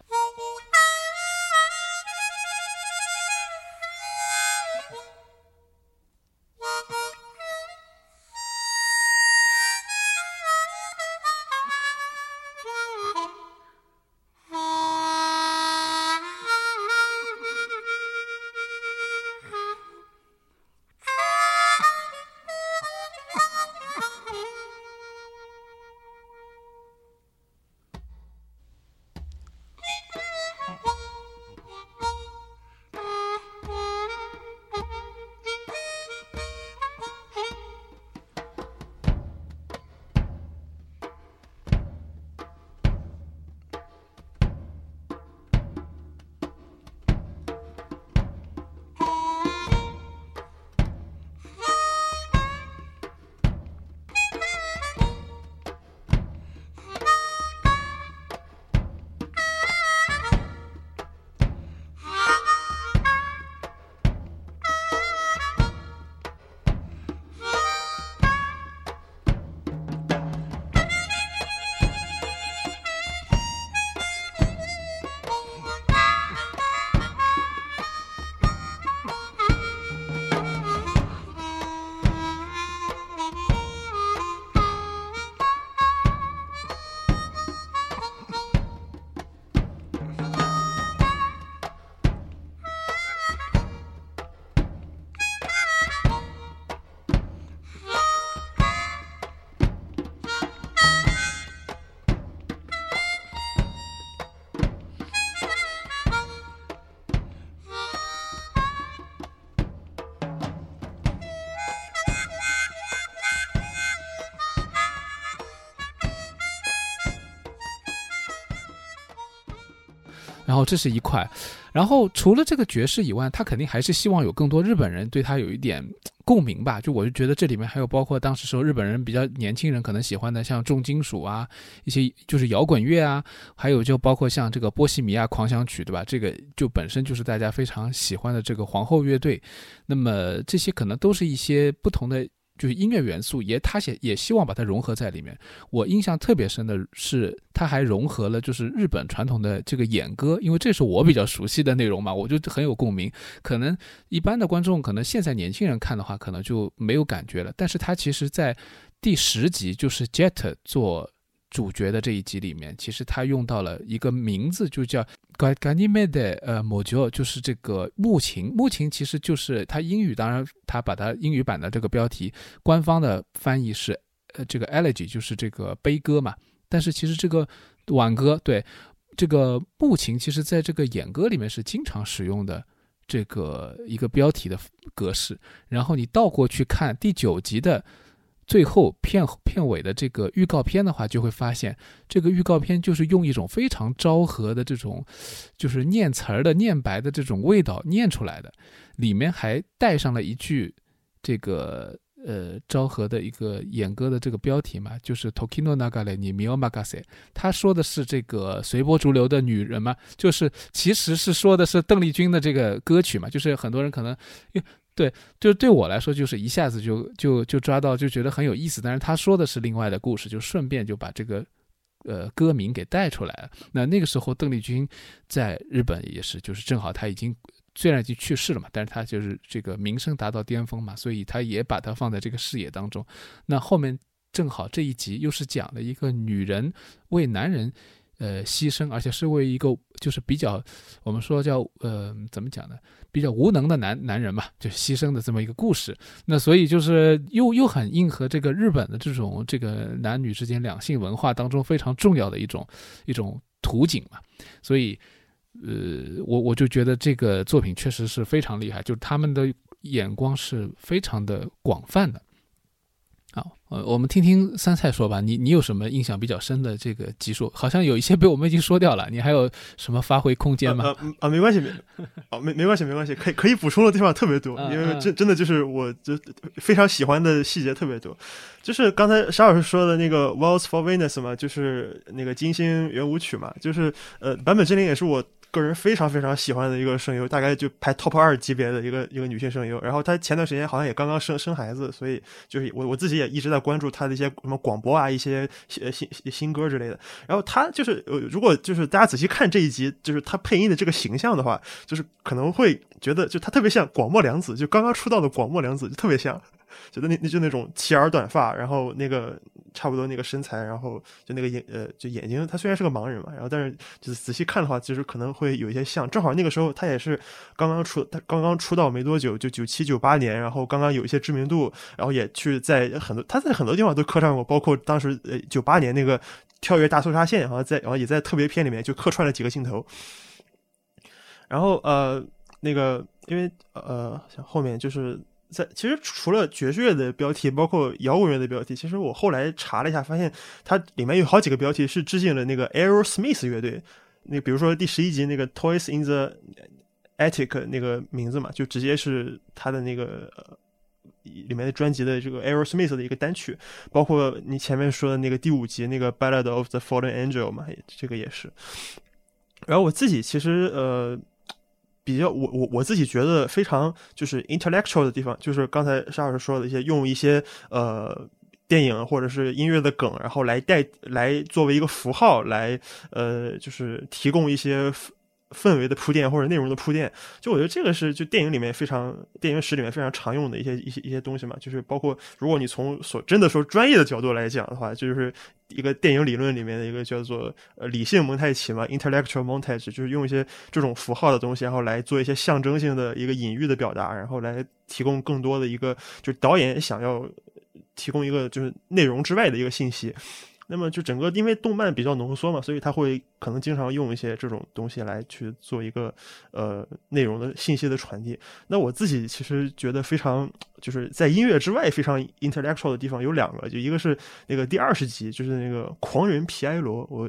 然后这是一块，然后除了这个爵士以外，他肯定还是希望有更多日本人对他有一点共鸣吧。就我就觉得这里面还有包括当时时候日本人比较年轻人可能喜欢的像重金属啊，一些就是摇滚乐啊，还有就包括像这个波西米亚狂想曲，对吧？这个就本身就是大家非常喜欢的这个皇后乐队，那么这些可能都是一些不同的就是音乐元素，也他也也希望把它融合在里面。我印象特别深的是，他还融合了就是日本传统的这个演歌，因为这是我比较熟悉的内容嘛，我就很有共鸣。可能一般的观众，可能现在年轻人看的话，可能就没有感觉了。但是他其实在第十集，就是 Jet 做主角的这一集里面，其实他用到了一个名字，就叫 Ganime 呃 Mojo， 就是这个木琴。木琴其实就是他英语，当然他把它英语版的这个标题，官方的翻译是呃这个 elegy， 就是这个悲歌嘛。但是其实这个挽歌，对这个木琴，其实在这个演歌里面是经常使用的这个一个标题的格式。然后你倒过去看第九集的最后片片尾的这个预告片的话，就会发现这个预告片就是用一种非常昭和的这种就是念词儿的念白的这种味道念出来的，里面还带上了一句这个呃昭和的一个演歌的这个标题嘛，就是 Tokino Nagare ni mi o makase， 他说的是这个随波逐流的女人嘛，就是其实是说的是邓丽君的这个歌曲嘛，就是很多人可能对，就对我来说，就是一下子就就就抓到，就觉得很有意思。但是他说的是另外的故事，就顺便就把这个呃歌名给带出来了。那那个时候，邓丽君在日本也是，就是正好他已经虽然已经去世了嘛，但是他就是这个名声达到巅峰嘛，所以他也把它放在这个视野当中。那后面正好这一集又是讲了一个女人为男人呃牺牲，而且是为一个就是比较我们说叫呃怎么讲呢？比较无能的男男人嘛，就牺牲的这么一个故事。那所以就是又又很应和这个日本的这种这个男女之间两性文化当中非常重要的一种一种图景嘛。所以呃我我就觉得这个作品确实是非常厉害，就他们的眼光是非常的广泛的。好，呃，我们听听三菜说吧，你你有什么印象比较深的这个集数？好像有一些被我们已经说掉了，你还有什么发挥空间吗？ 啊、呃呃、没关系，没啊没没关系没关系，可以可以补充的地方特别多，因为真真的就是我就非常喜欢的细节特别多。就是刚才沙老师说的那个 Waltz for Venus 嘛，就是那个金星圆舞曲嘛，就是呃坂本真绫也是我个人非常非常喜欢的一个声优，大概就排 top 二级别的一个一个女性声优。然后她前段时间好像也刚刚生生孩子，所以就是我我自己也一直在关注她的一些什么广播啊，一些新新新歌之类的。然后她就是呃，如果就是大家仔细看这一集，就是她配音的这个形象的话，就是可能会觉得就她特别像广末凉子，就刚刚出道的广末凉子，就特别像。觉得那那就那种齐耳短发，然后那个差不多那个身材，然后就那个眼呃就眼睛，他虽然是个盲人嘛，然后但是就是仔细看的话，其实可能会有一些像。正好那个时候他也是刚刚出，他刚刚出道没多久，就九七九八年，然后刚刚有一些知名度，然后也去在很多他在很多地方都客串过，包括当时呃九八年那个跳跃大搜查线，然后在然后也在特别篇里面就客串了几个镜头。然后呃那个因为呃像后面就是。在其实除了爵士乐的标题，包括摇滚乐的标题，其实我后来查了一下，发现它里面有好几个标题是致敬了那个 Aerosmith 乐队。那比如说第十一集那个 Toys in the Attic 那个名字嘛，就直接是它的那个、呃、里面的专辑的这个 Aerosmith 的一个单曲。包括你前面说的那个第五集那个 Ballad of the Fallen Angel 嘛，这个也是。然后我自己其实呃。比较我我我自己觉得非常就是 intellectual 的地方，就是刚才沙老师说的一些用一些呃电影或者是音乐的梗，然后来带来作为一个符号来呃就是提供一些氛围的铺垫或者内容的铺垫。就我觉得这个是就电影里面非常电影史里面非常常用的一些一些一些东西嘛，就是包括如果你从所真的说专业的角度来讲的话，就是一个电影理论里面的一个叫做呃理性蒙太奇嘛 intellectual montage， 就是用一些这种符号的东西，然后来做一些象征性的一个隐喻的表达，然后来提供更多的一个就是导演想要提供一个就是内容之外的一个信息。那么就整个因为动漫比较浓缩嘛，所以他会可能经常用一些这种东西来去做一个呃内容的信息的传递。那我自己其实觉得非常就是在音乐之外非常 intellectual 的地方有两个，就一个是那个第二十集，就是那个狂人皮埃罗，我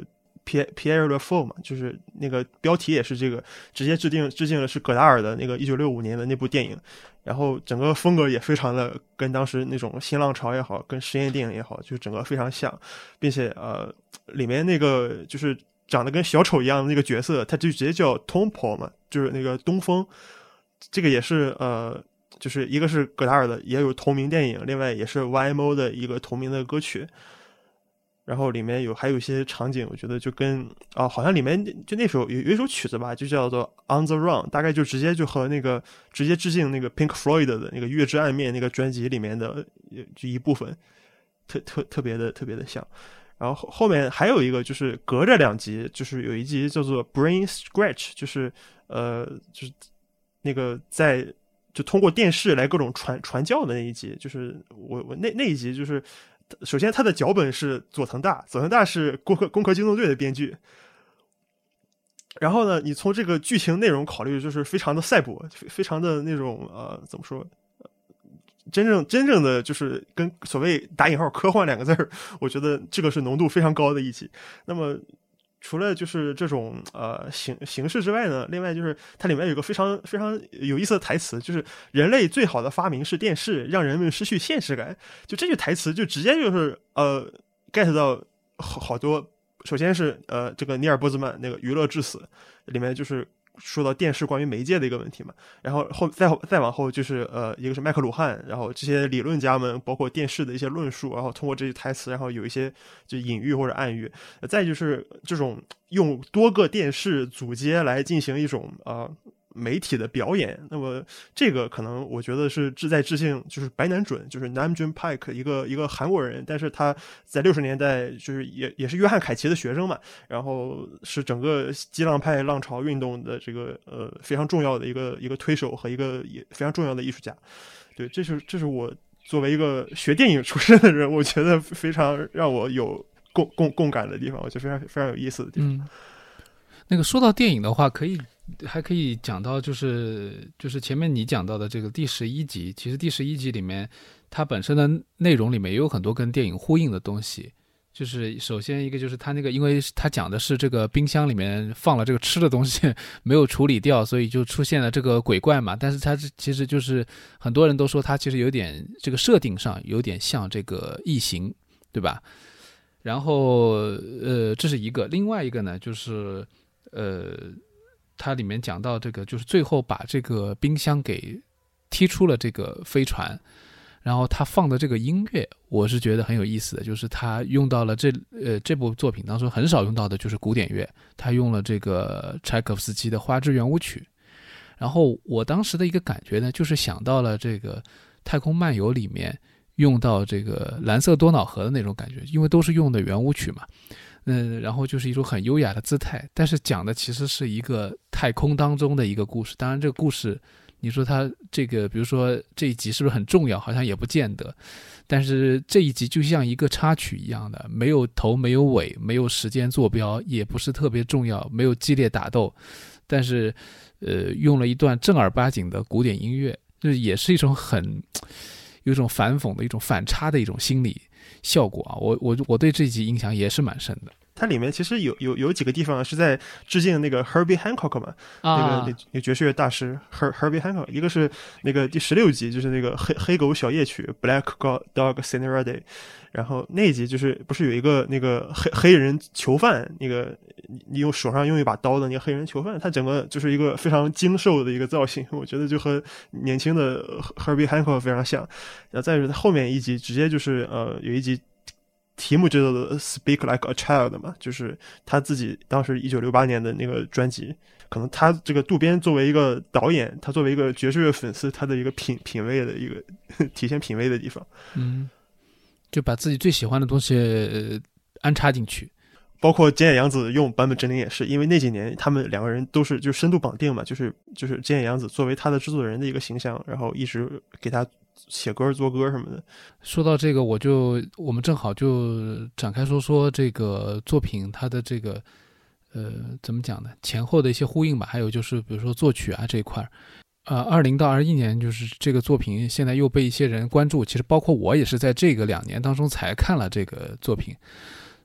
Pierre le Fou 嘛，就是那个标题也是这个，直接致敬致敬的是葛达尔的那个一九六五年的那部电影，然后整个风格也非常的跟当时那种新浪潮也好，跟实验电影也好，就整个非常像，并且呃里面那个就是长得跟小丑一样的那个角色，他就直接叫 Tom Paul 嘛，就是那个东风，这个也是呃。就是一个是葛达尔的也有同名电影，另外也是 Y M O 的一个同名的歌曲，然后里面有还有一些场景我觉得就跟啊，好像里面就那首有有一首曲子吧，就叫做 On the Run， 大概就直接就和那个直接致敬那个 Pink Floyd 的那个月之暗面那个专辑里面的就一部分，特特特别的特别的像。然后后面还有一个就是隔着两集，就是有一集叫做 Brain Scratch， 就是呃就是那个在就通过电视来各种传传教的那一集，就是我我那那一集就是，首先他的脚本是佐藤大，佐藤大是攻壳攻壳机动队的编剧，然后呢，你从这个剧情内容考虑，就是非常的赛博，非常的那种呃怎么说，真正真正的就是跟所谓打引号科幻两个字儿，我觉得这个是浓度非常高的一集。那么除了就是这种呃形形式之外呢，另外就是它里面有一个非常非常有意思的台词，就是人类最好的发明是电视，让人们失去现实感。就这句台词就直接就是呃 get 到好好多。首先是呃这个尼尔波兹曼那个娱乐至死里面就是说到电视关于媒介的一个问题嘛，然后后再再往后就是呃一个是麦克鲁汉，然后这些理论家们包括电视的一些论述，然后通过这些台词，然后有一些就隐喻或者暗喻，再就是这种用多个电视组接来进行一种啊。呃媒体的表演，那么这个可能我觉得是志在致敬，就是白南准，就是 Namjoon Paik 一个一个韩国人，但是他在六十年代就是也也是约翰凯奇的学生嘛，然后是整个激浪派浪潮运动的这个呃非常重要的一个一个推手和一个也非常重要的艺术家。对，这是这是我作为一个学电影出身的人，我觉得非常让我有共共共感的地方，我觉得非常非常有意思的地方。 嗯，那个说到电影的话，可以。还可以讲到就是就是前面你讲到的这个第十一集，其实第十一集里面它本身的内容里面也有很多跟电影呼应的东西。就是首先一个就是它那个，因为它讲的是这个冰箱里面放了这个吃的东西没有处理掉，所以就出现了这个鬼怪嘛。但是它其实就是很多人都说它其实有点这个设定上有点像这个异形，对吧？然后呃这是一个，另外一个呢就是呃。它里面讲到这个，就是最后把这个冰箱给踢出了这个飞船，然后他放的这个音乐，我是觉得很有意思的，就是他用到了这呃这部作品当中很少用到的就是古典乐，他用了这个柴可夫斯基的花之圆舞曲。然后我当时的一个感觉呢，就是想到了这个太空漫游里面用到这个蓝色多瑙河的那种感觉，因为都是用的圆舞曲嘛。嗯，然后就是一种很优雅的姿态，但是讲的其实是一个太空当中的一个故事。当然这个故事你说它这个比如说这一集是不是很重要，好像也不见得，但是这一集就像一个插曲一样的，没有头没有尾，没有时间坐标，也不是特别重要，没有激烈打斗，但是呃用了一段正儿八经的古典音乐，就是也是一种很有一种反讽的一种反差的一种心理效果啊，我我我对这集印象也是蛮深的。 它里面其实有有有几个地方是在致敬那个 Herbie Hancock 嘛，啊、那个那那爵士乐大师 Her Herbie Hancock。一个是那个第十六集，就是那个黑黑狗小夜曲 Black Dog Serenade。然后那一集就是不是有一个那个黑黑人囚犯，那个你用手上用一把刀的那个黑人囚犯，他整个就是一个非常精瘦的一个造型，我觉得就和年轻的 Herbie Hancock 非常像。然后再就是后面一集直接就是呃有一集。题目就叫做 Speak Like a Child 嘛，就是他自己当时一九六八年的那个专辑，可能他这个渡边作为一个导演，他作为一个爵士乐粉丝，他的一个品品味的一个体现品味的地方， 嗯，就把自己最喜欢的东西、呃、安插进去。 包括菅野洋子用坂本真绫也是，因为那几年他们两个人都是就深度绑定嘛，就是就是菅野洋子作为他的制作人的一个形象，然后一直给他写歌作歌什么的。 说到这个，我就我们正好就展开说说这个作品它的这个呃怎么讲呢，前后的一些呼应吧，还有就是比如说作曲啊这一块。呃，二零到二一年就是这个作品现在又被一些人关注，其实包括我也是在这个两年当中才看了这个作品。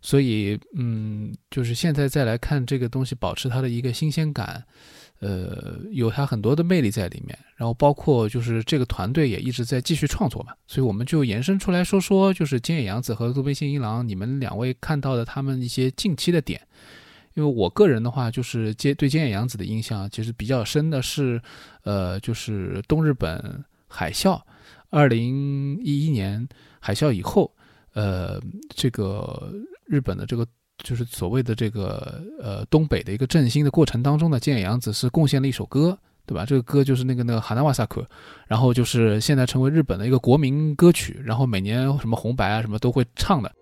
所以嗯，就是现在再来看这个东西，保持它的一个新鲜感，呃，有它很多的魅力在里面，然后包括就是这个团队也一直在继续创作嘛，所以我们就延伸出来说说，就是菅野洋子和渡边信一郎，你们两位看到的他们一些近期的点。因为我个人的话，就是对菅野洋子的印象其实比较深的是，呃，就是东日本海啸，二零一一年海啸以后，呃，这个日本的这个就是所谓的这个呃东北的一个振兴的过程当中呢，菅野洋子是贡献了一首歌，对吧？这个歌就是那个那个花咲く，然后就是现在成为日本的一个国民歌曲，然后每年什么红白啊什么都会唱的。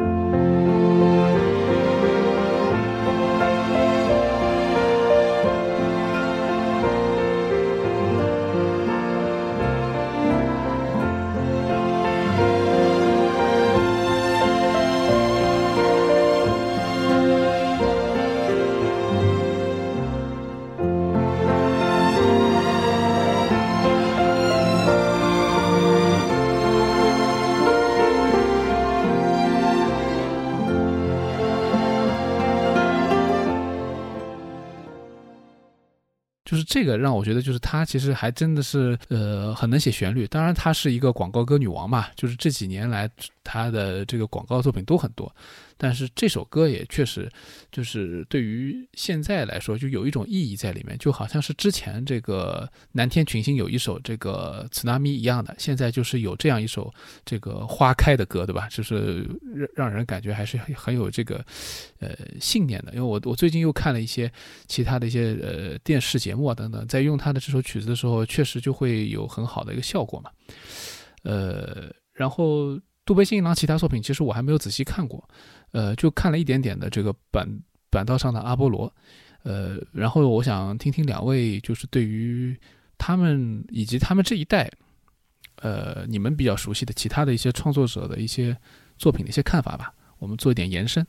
就是这个让我觉得，就是她其实还真的是呃很能写旋律。当然，她是一个广告歌女王嘛，就是这几年来她的这个广告作品都很多。但是这首歌也确实就是对于现在来说就有一种意义在里面，就好像是之前这个南天群星有一首这个 Tsunami 一样的，现在就是有这样一首这个花开的歌，对吧？就是让人感觉还是很有这个呃信念的。因为我我最近又看了一些其他的一些呃电视节目啊等等，在用他的这首曲子的时候，确实就会有很好的一个效果嘛。呃，然后渡边信一郎其他作品其实我还没有仔细看过，呃，就看了一点点的这个板板道上的阿波罗，呃，然后我想听听两位就是对于他们以及他们这一代，呃，你们比较熟悉的其他的一些创作者的一些作品的一些看法吧，我们做一点延伸。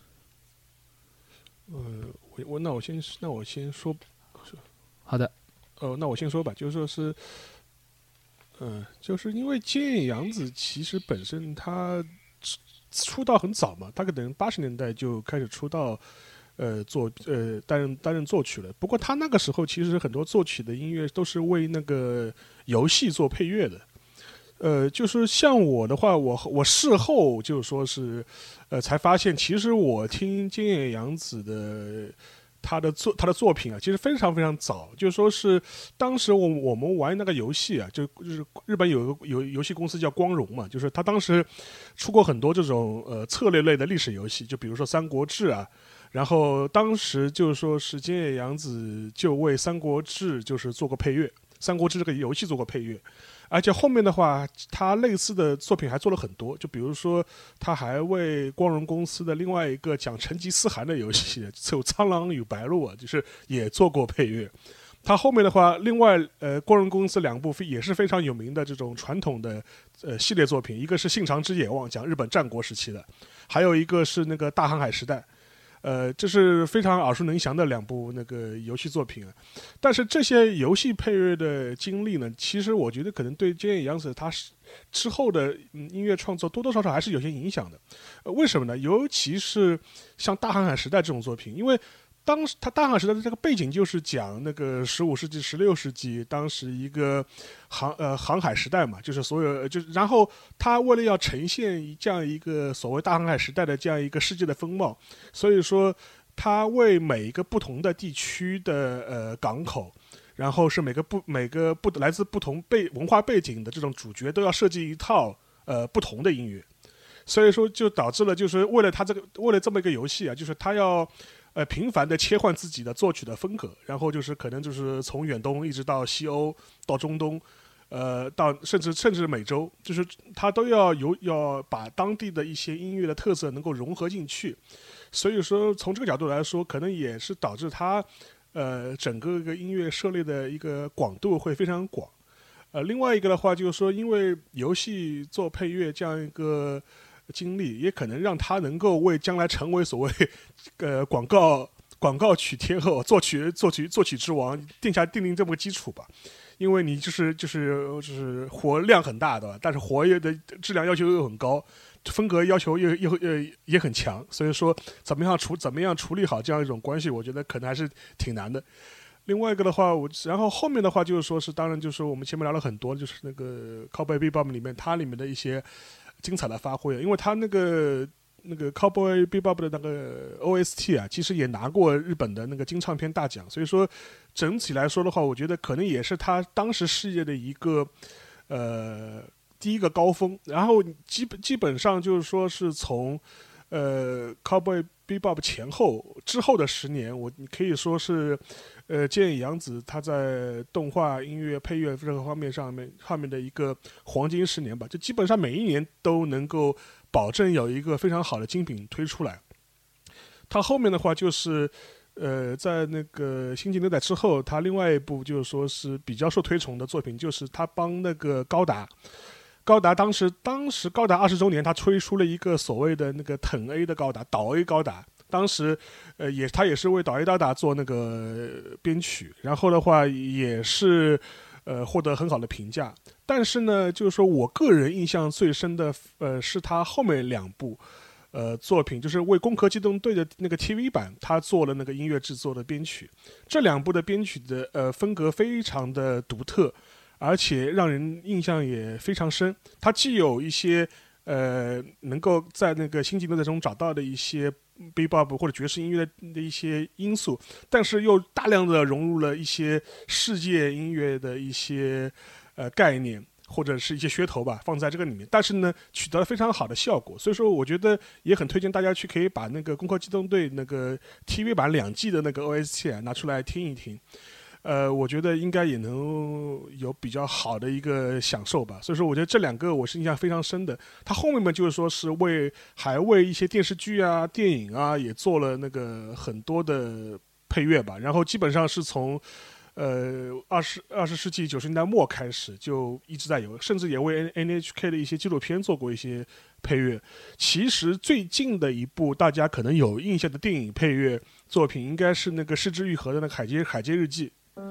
呃，我我那我先那我先说， 好的， 呃，那我先说吧，就是说是。嗯、呃，就是因为菅野洋子其实本身他出道很早嘛，他可能八十年代就开始出道，呃，做呃担任担任作曲了。不过他那个时候其实很多作曲的音乐都是为那个游戏做配乐的。呃，就是像我的话，我我事后就说是，呃，才发现其实我听菅野洋子的。他的作他的作品啊，其实非常非常早，就说是当时我我们玩那个游戏啊，就就是日本有个有游戏公司叫光荣嘛，就是他当时出过很多这种呃策略类的历史游戏，就比如说《三国志》啊，然后当时就说是菅野洋子就为《三国志》就是做过配乐，《三国志》这个游戏做过配乐。而且后面的话，他类似的作品还做了很多，就比如说，他还为光荣公司的另外一个讲成吉思汗的游戏，就《苍狼与白鹿》啊，就是也做过配乐。他后面的话，另外呃，光荣公司两部也是非常有名的这种传统的呃系列作品，一个是《信长之野望》，讲日本战国时期的，还有一个是那个《大航海时代》。呃，这是非常耳熟能详的两部那个游戏作品啊，但是这些游戏配乐的经历呢，其实我觉得可能对菅野洋子他之后的、嗯、音乐创作多多少少还是有些影响的。呃，为什么呢？尤其是像《大航海时代》这种作品，因为当时他大航海时代的这个背景就是讲那个十五世纪、十六世纪当时一个航呃航海时代嘛，就是所有就是然后他为了要呈现这样一个所谓大航海时代的这样一个世界的风貌，所以说他为每一个不同的地区的呃港口，然后是每个不每个不来自不同背文化背景的这种主角都要设计一套呃不同的音乐，所以说就导致了就是为了他这个为了这么一个游戏啊，就是他要。呃，频繁的切换自己的作曲的风格，然后就是可能就是从远东一直到西欧，到中东，呃，到甚至甚至美洲，就是他都要有要把当地的一些音乐的特色能够融合进去。所以说，从这个角度来说，可能也是导致他呃整个一个音乐涉猎的一个广度会非常广。呃，另外一个的话就是说，因为游戏做配乐这样一个。经历也可能让他能够为将来成为所谓呃广告广告曲天后、作曲作曲作曲之王定下定定这么个基础吧。因为你就是就是就是活量很大的，但是活跃的质量要求又很高， 风格要求也也也也很强，所以说怎么样处怎么样处理好这样一种关系，我觉得可能还是挺难的。另外一个的话，我然后后面的话就是说是，当然就是我们前面聊了很多，就是那个 Cowboy Bebop 里面它里面的一些精彩的发挥，因为它那个那个 Cowboy Bebop 的那个 O S T 啊，其实也拿过日本的那个金唱片大奖，所以说整体来说的话，我觉得可能也是他当时事业的一个呃第一个高峰。然后基本基本上就是说是从呃 Cowboy Bebop 前后之后的十年，我你可以说是呃菅野洋子他在动画、音乐、配乐任何方面上面上面的一个黄金十年吧，就基本上每一年都能够保证有一个非常好的精品推出来。他后面的话就是呃在那个星际牛仔之后，他另外一部就是说是比较受推崇的作品，就是他帮那个高达高达当时当时高达二十周年，他推出了一个所谓的那个腾 A 的高达，岛 A 高达。当时，呃，也他也是为岛 A 高达做那个编曲，然后的话也是，呃，获得很好的评价。但是呢，就是说我个人印象最深的，呃，是他后面两部，呃，作品，就是为《攻壳机动队》的那个 T V 版，他做了那个音乐制作的编曲。这两部的编曲的呃风格非常的独特。而且让人印象也非常深，它既有一些呃能够在那个星际牛仔中找到的一些 Bebop 或者爵士音乐的的一些因素，但是又大量的融入了一些世界音乐的一些呃概念或者是一些噱头吧，放在这个里面，但是呢取得了非常好的效果，所以说我觉得也很推荐大家去可以把那个《攻壳机动队》那个 T V 版两季的那个 O S T 啊拿出来听一听。呃，我觉得应该也能有比较好的一个享受吧，所以说我觉得这两个我是印象非常深的。他后面嘛，就是说是为还为一些电视剧啊、电影啊也做了那个很多的配乐吧，然后基本上是从呃二十二十世纪九十年代末开始就一直在有，甚至也为 N H K 的一些纪录片做过一些配乐。其实最近的一部大家可能有印象的电影配乐作品，应该是那个失之愈合的那个《海街海街日记》。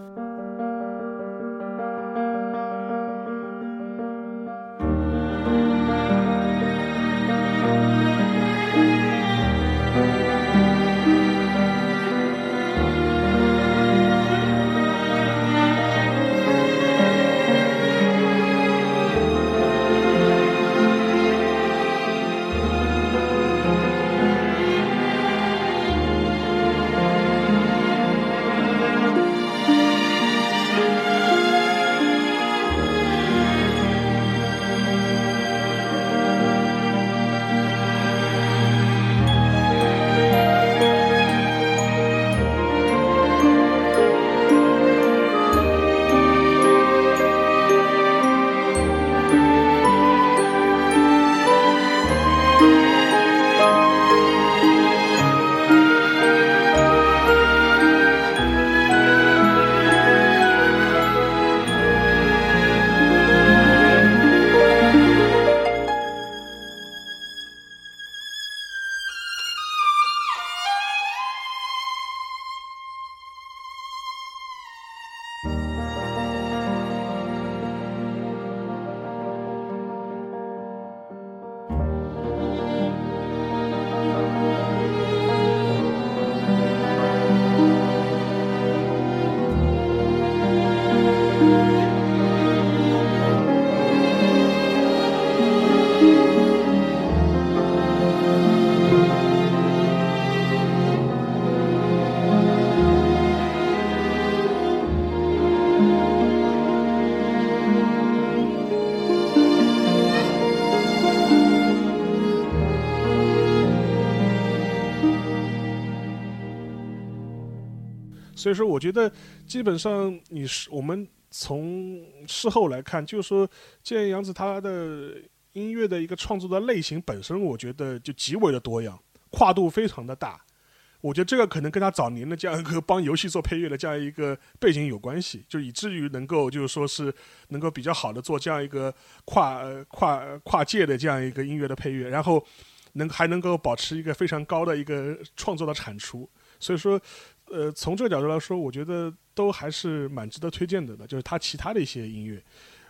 所以说我觉得基本上你是我们从事后来看，就是说菅野洋子他的音乐的一个创作的类型本身，我觉得就极为的多样，跨度非常的大。我觉得这个可能跟他早年的这样一个帮游戏做配乐的这样一个背景有关系，就以至于能够就是说是能够比较好的做这样一个跨、呃、跨跨界的这样一个音乐的配乐，然后能还能够保持一个非常高的一个创作的产出。所以说呃，从这个角度来说，我觉得都还是蛮值得推荐的，就是他其他的一些音乐。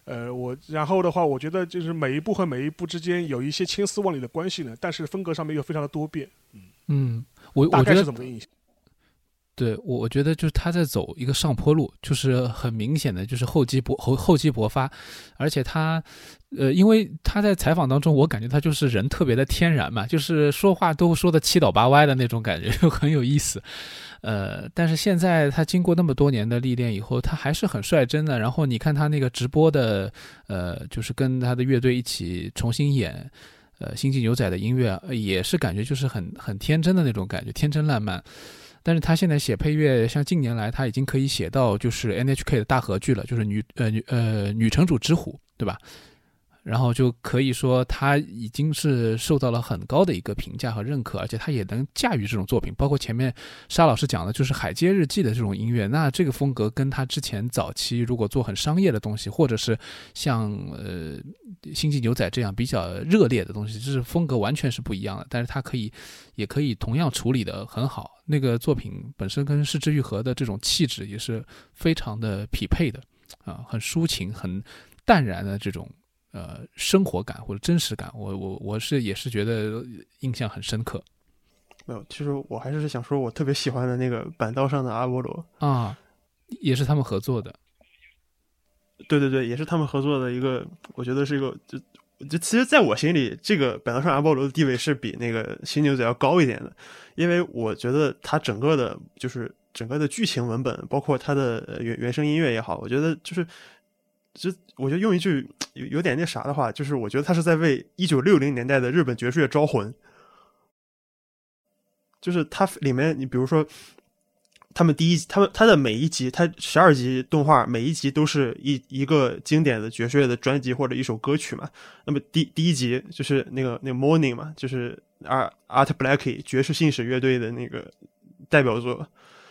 呃，我然后的话，我觉得就是每一部和每一部之间有一些千丝万缕的关系呢，但是风格上面又非常的多变。嗯嗯，我大概我觉得是这么个印象。 对我，我觉得就是他在走一个上坡路，就是很明显的就是厚积薄厚厚积薄发，而且他，呃，因为他在采访当中，我感觉他就是人特别的天然嘛，就是说话都说的七倒八歪的那种感觉，就很有意思。呃，但是现在他经过那么多年的历练以后，他还是很率真的。然后你看他那个直播的，呃，就是跟他的乐队一起重新演，呃，星际牛仔的音乐，也是感觉就是很很天真的那种感觉，天真烂漫。但是他现在写配乐，像近年来他已经可以写到就是 N H K 的大合剧了，就是女呃女呃女城主之虎，对吧？然后就可以说他已经是受到了很高的一个评价和认可，而且他也能驾驭这种作品，包括前面沙老师讲的就是海街日记的这种音乐，那这个风格跟他之前早期如果做很商业的东西，或者是像呃星际牛仔这样比较热烈的东西，就是风格完全是不一样的，但是他可以也可以同样处理的很好，那个作品本身跟是枝裕和的这种气质也是非常的匹配的啊，很抒情很淡然的这种呃，生活感或者真实感，我我我是也是觉得印象很深刻。 没有，其实我还是想说，我特别喜欢的那个板道上的阿波罗啊，也是他们合作的。 对对对，也是他们合作的一个，我觉得是一个，就就其实在我心里，这个板道上阿波罗的地位是比那个新牛仔要高一点的，因为我觉得他整个的，就是整个的剧情文本，包括他的原原声音乐也好，我觉得就是。就我觉得用一句有有点那啥的话，就是我觉得他是在为一九六零年代的日本爵士乐招魂。就是它里面，你比如说，他们第一，他们他的每一集，他十二集动画，每一集都是一一个经典的爵士乐的专辑或者一首歌曲嘛。那么第第一集就是那个那个 Morning 嘛，就是 Art Blakey 爵士信使乐队的那个代表作。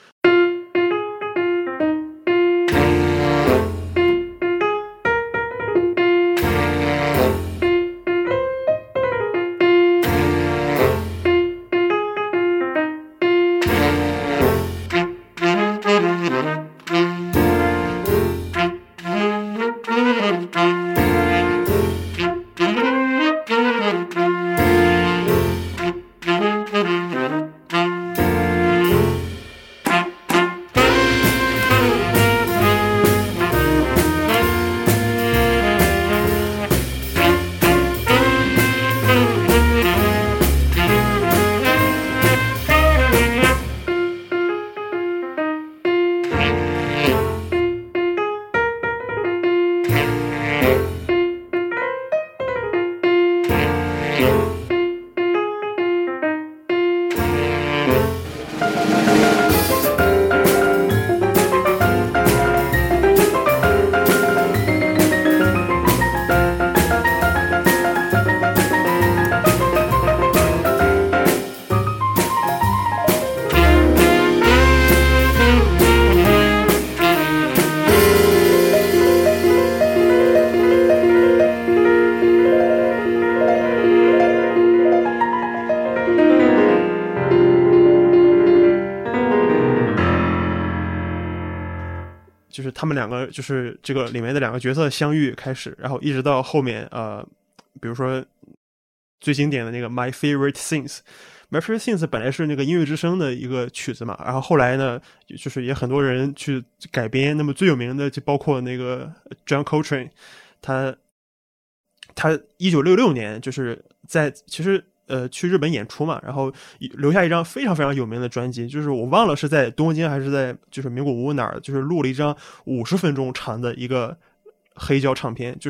就是他们两个，就是这个里面的两个角色相遇开始，然后一直到后面，呃，比如说最经典的那个 My Favorite Things。My Favorite Things 本来是那个音乐之声的一个曲子嘛，然后后来呢，就是也很多人去改编。那么最有名的就包括那个 John Coltrane， 他他一九六六年就是在其实呃去日本演出嘛，然后留下一张非常非常有名的专辑，就是我忘了是在东京还是在就是名古屋哪儿，就是录了一张五十分钟长的一个黑胶唱片，就是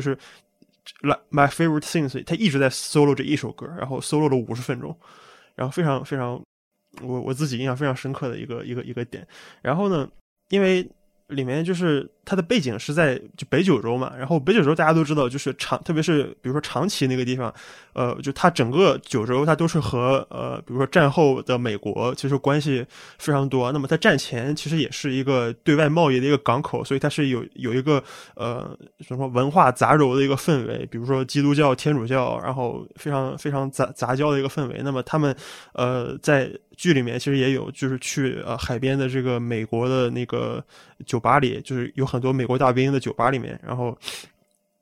My Favorite Things， 他一直在 solo 这一首歌，然后 solo 了五十分钟。然后非常非常，我我自己印象非常深刻的一个一个一个点。然后呢，因为里面就是它的背景是在就北九州嘛，然后北九州大家都知道，就是长，特别是比如说长崎那个地方，呃，就它整个九州它都是和呃，比如说战后的美国其实关系非常多。那么它战前其实也是一个对外贸易的一个港口，所以它是有有一个呃什么文化杂糅的一个氛围，比如说基督教、天主教，然后非常非常杂杂交的一个氛围。那么他们呃在剧里面其实也有，就是去呃海边的这个美国的那个酒吧里，就是有很多美国大兵的酒吧里面，然后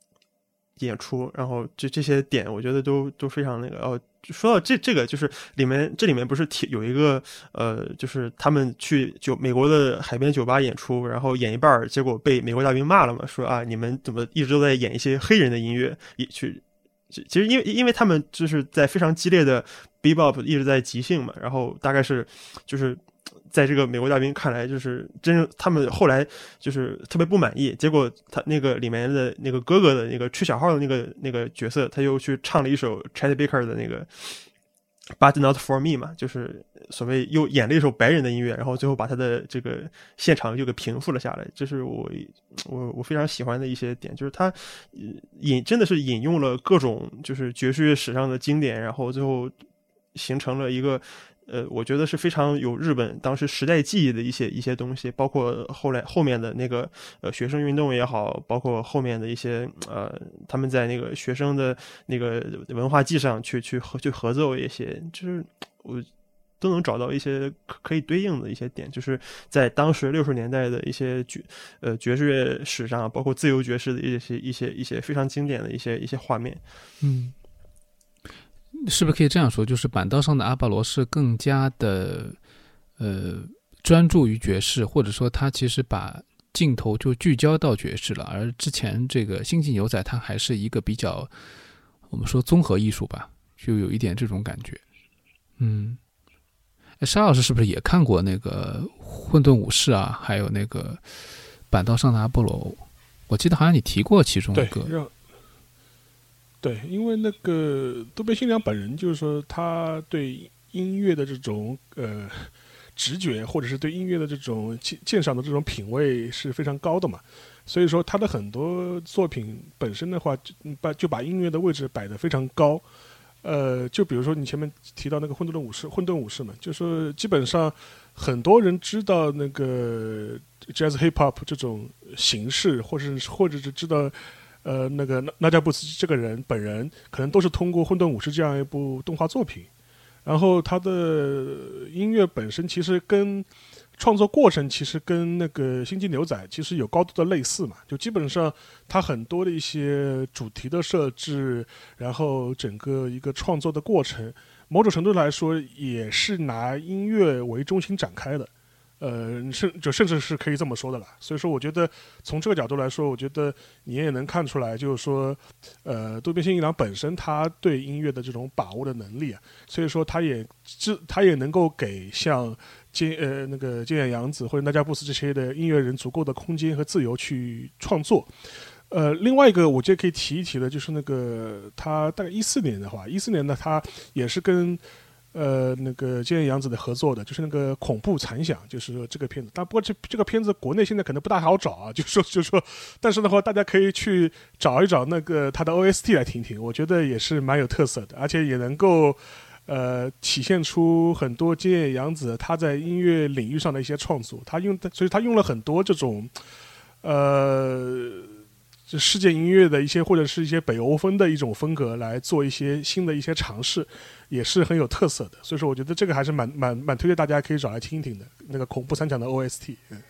演出，然后这这些点我觉得都都非常那个哦。说到这这个就是里面这里面不是有一个呃，就是他们去就美国的海边酒吧演出，然后演一半结果被美国大兵骂了嘛，说啊你们怎么一直都在演一些黑人的音乐，也去其实因为因为他们就是在非常激烈的 bebop 一直在即兴嘛，然后大概是就是在这个美国大兵看来，就是真正他们后来就是特别不满意，结果他那个里面的那个哥哥的那个吹小号的那个那个角色，他又去唱了一首 Chet Baker 的那个 But Not For Me 嘛，就是所谓又演了一首白人的音乐，然后最后把他的这个现场就给平复了下来。这是我我我非常喜欢的一些点，就是他引真的是引用了各种就是爵士乐史上的经典，然后最后形成了一个呃，我觉得是非常有日本当时时代记忆的一些一些东西，包括后来后面的那个呃学生运动也好，包括后面的一些呃他们在那个学生的那个文化祭上去去合去合奏一些，就是我都能找到一些可以对应的一些点，就是在当时六十年代的一些爵呃爵士乐史上，包括自由爵士的一些一些一些非常经典的一些一些画面， 嗯。是不是可以这样说，就是板道上的阿巴罗是更加的呃专注于爵士，或者说他其实把镜头就聚焦到爵士了，而之前这个星际牛仔它还是一个比较我们说综合艺术吧，就有一点这种感觉。嗯，沙老师是不是也看过那个混沌武士啊，还有那个板道上的阿波罗？我记得好像你提过其中一个。 对，因为那个渡边信良本人就是说，他对音乐的这种呃直觉，或者是对音乐的这种鉴赏的这种品味是非常高的嘛，所以说他的很多作品本身的话，就把就把音乐的位置摆得非常高。呃，就比如说你前面提到那个混沌武士，混沌武士嘛，就是基本上很多人知道那个 jazz hip hop 这种形式，或者或者是知道。呃，那个纳加布斯这个人本人可能都是通过《混沌武士》这样一部动画作品，然后他的音乐本身其实跟创作过程其实跟那个《星际牛仔》其实有高度的类似嘛，就基本上他很多的一些主题的设置，然后整个一个创作的过程，某种程度来说也是拿音乐为中心展开的。呃，甚就甚至是可以这么说的了。所以说，我觉得从这个角度来说，我觉得你也能看出来，就是说，呃，渡边信一郎本身他对音乐的这种把握的能力啊，所以说他也他也能够给像菅呃那个菅野洋子或者纳加布斯这些的音乐人足够的空间和自由去创作。呃，另外一个我觉得可以提一提的，就是那个他大概一四年的话，一四年呢，他也是跟。呃，那个菅野洋子的合作的，就是那个恐怖残响，就是这个片子。但不过这这个片子国内现在可能不大好找啊，就说就说，但是的话，大家可以去找一找那个他的 O S T 来听听，我觉得也是蛮有特色的，而且也能够呃体现出很多菅野洋子他在音乐领域上的一些创作。他用，所以他用了很多这种呃。世界音乐的一些或者是一些北欧风的一种风格来做一些新的一些尝试，也是很有特色的。所以说，我觉得这个还是蛮蛮蛮推荐大家可以找来听一听的。那个恐怖三强的 O S T。嗯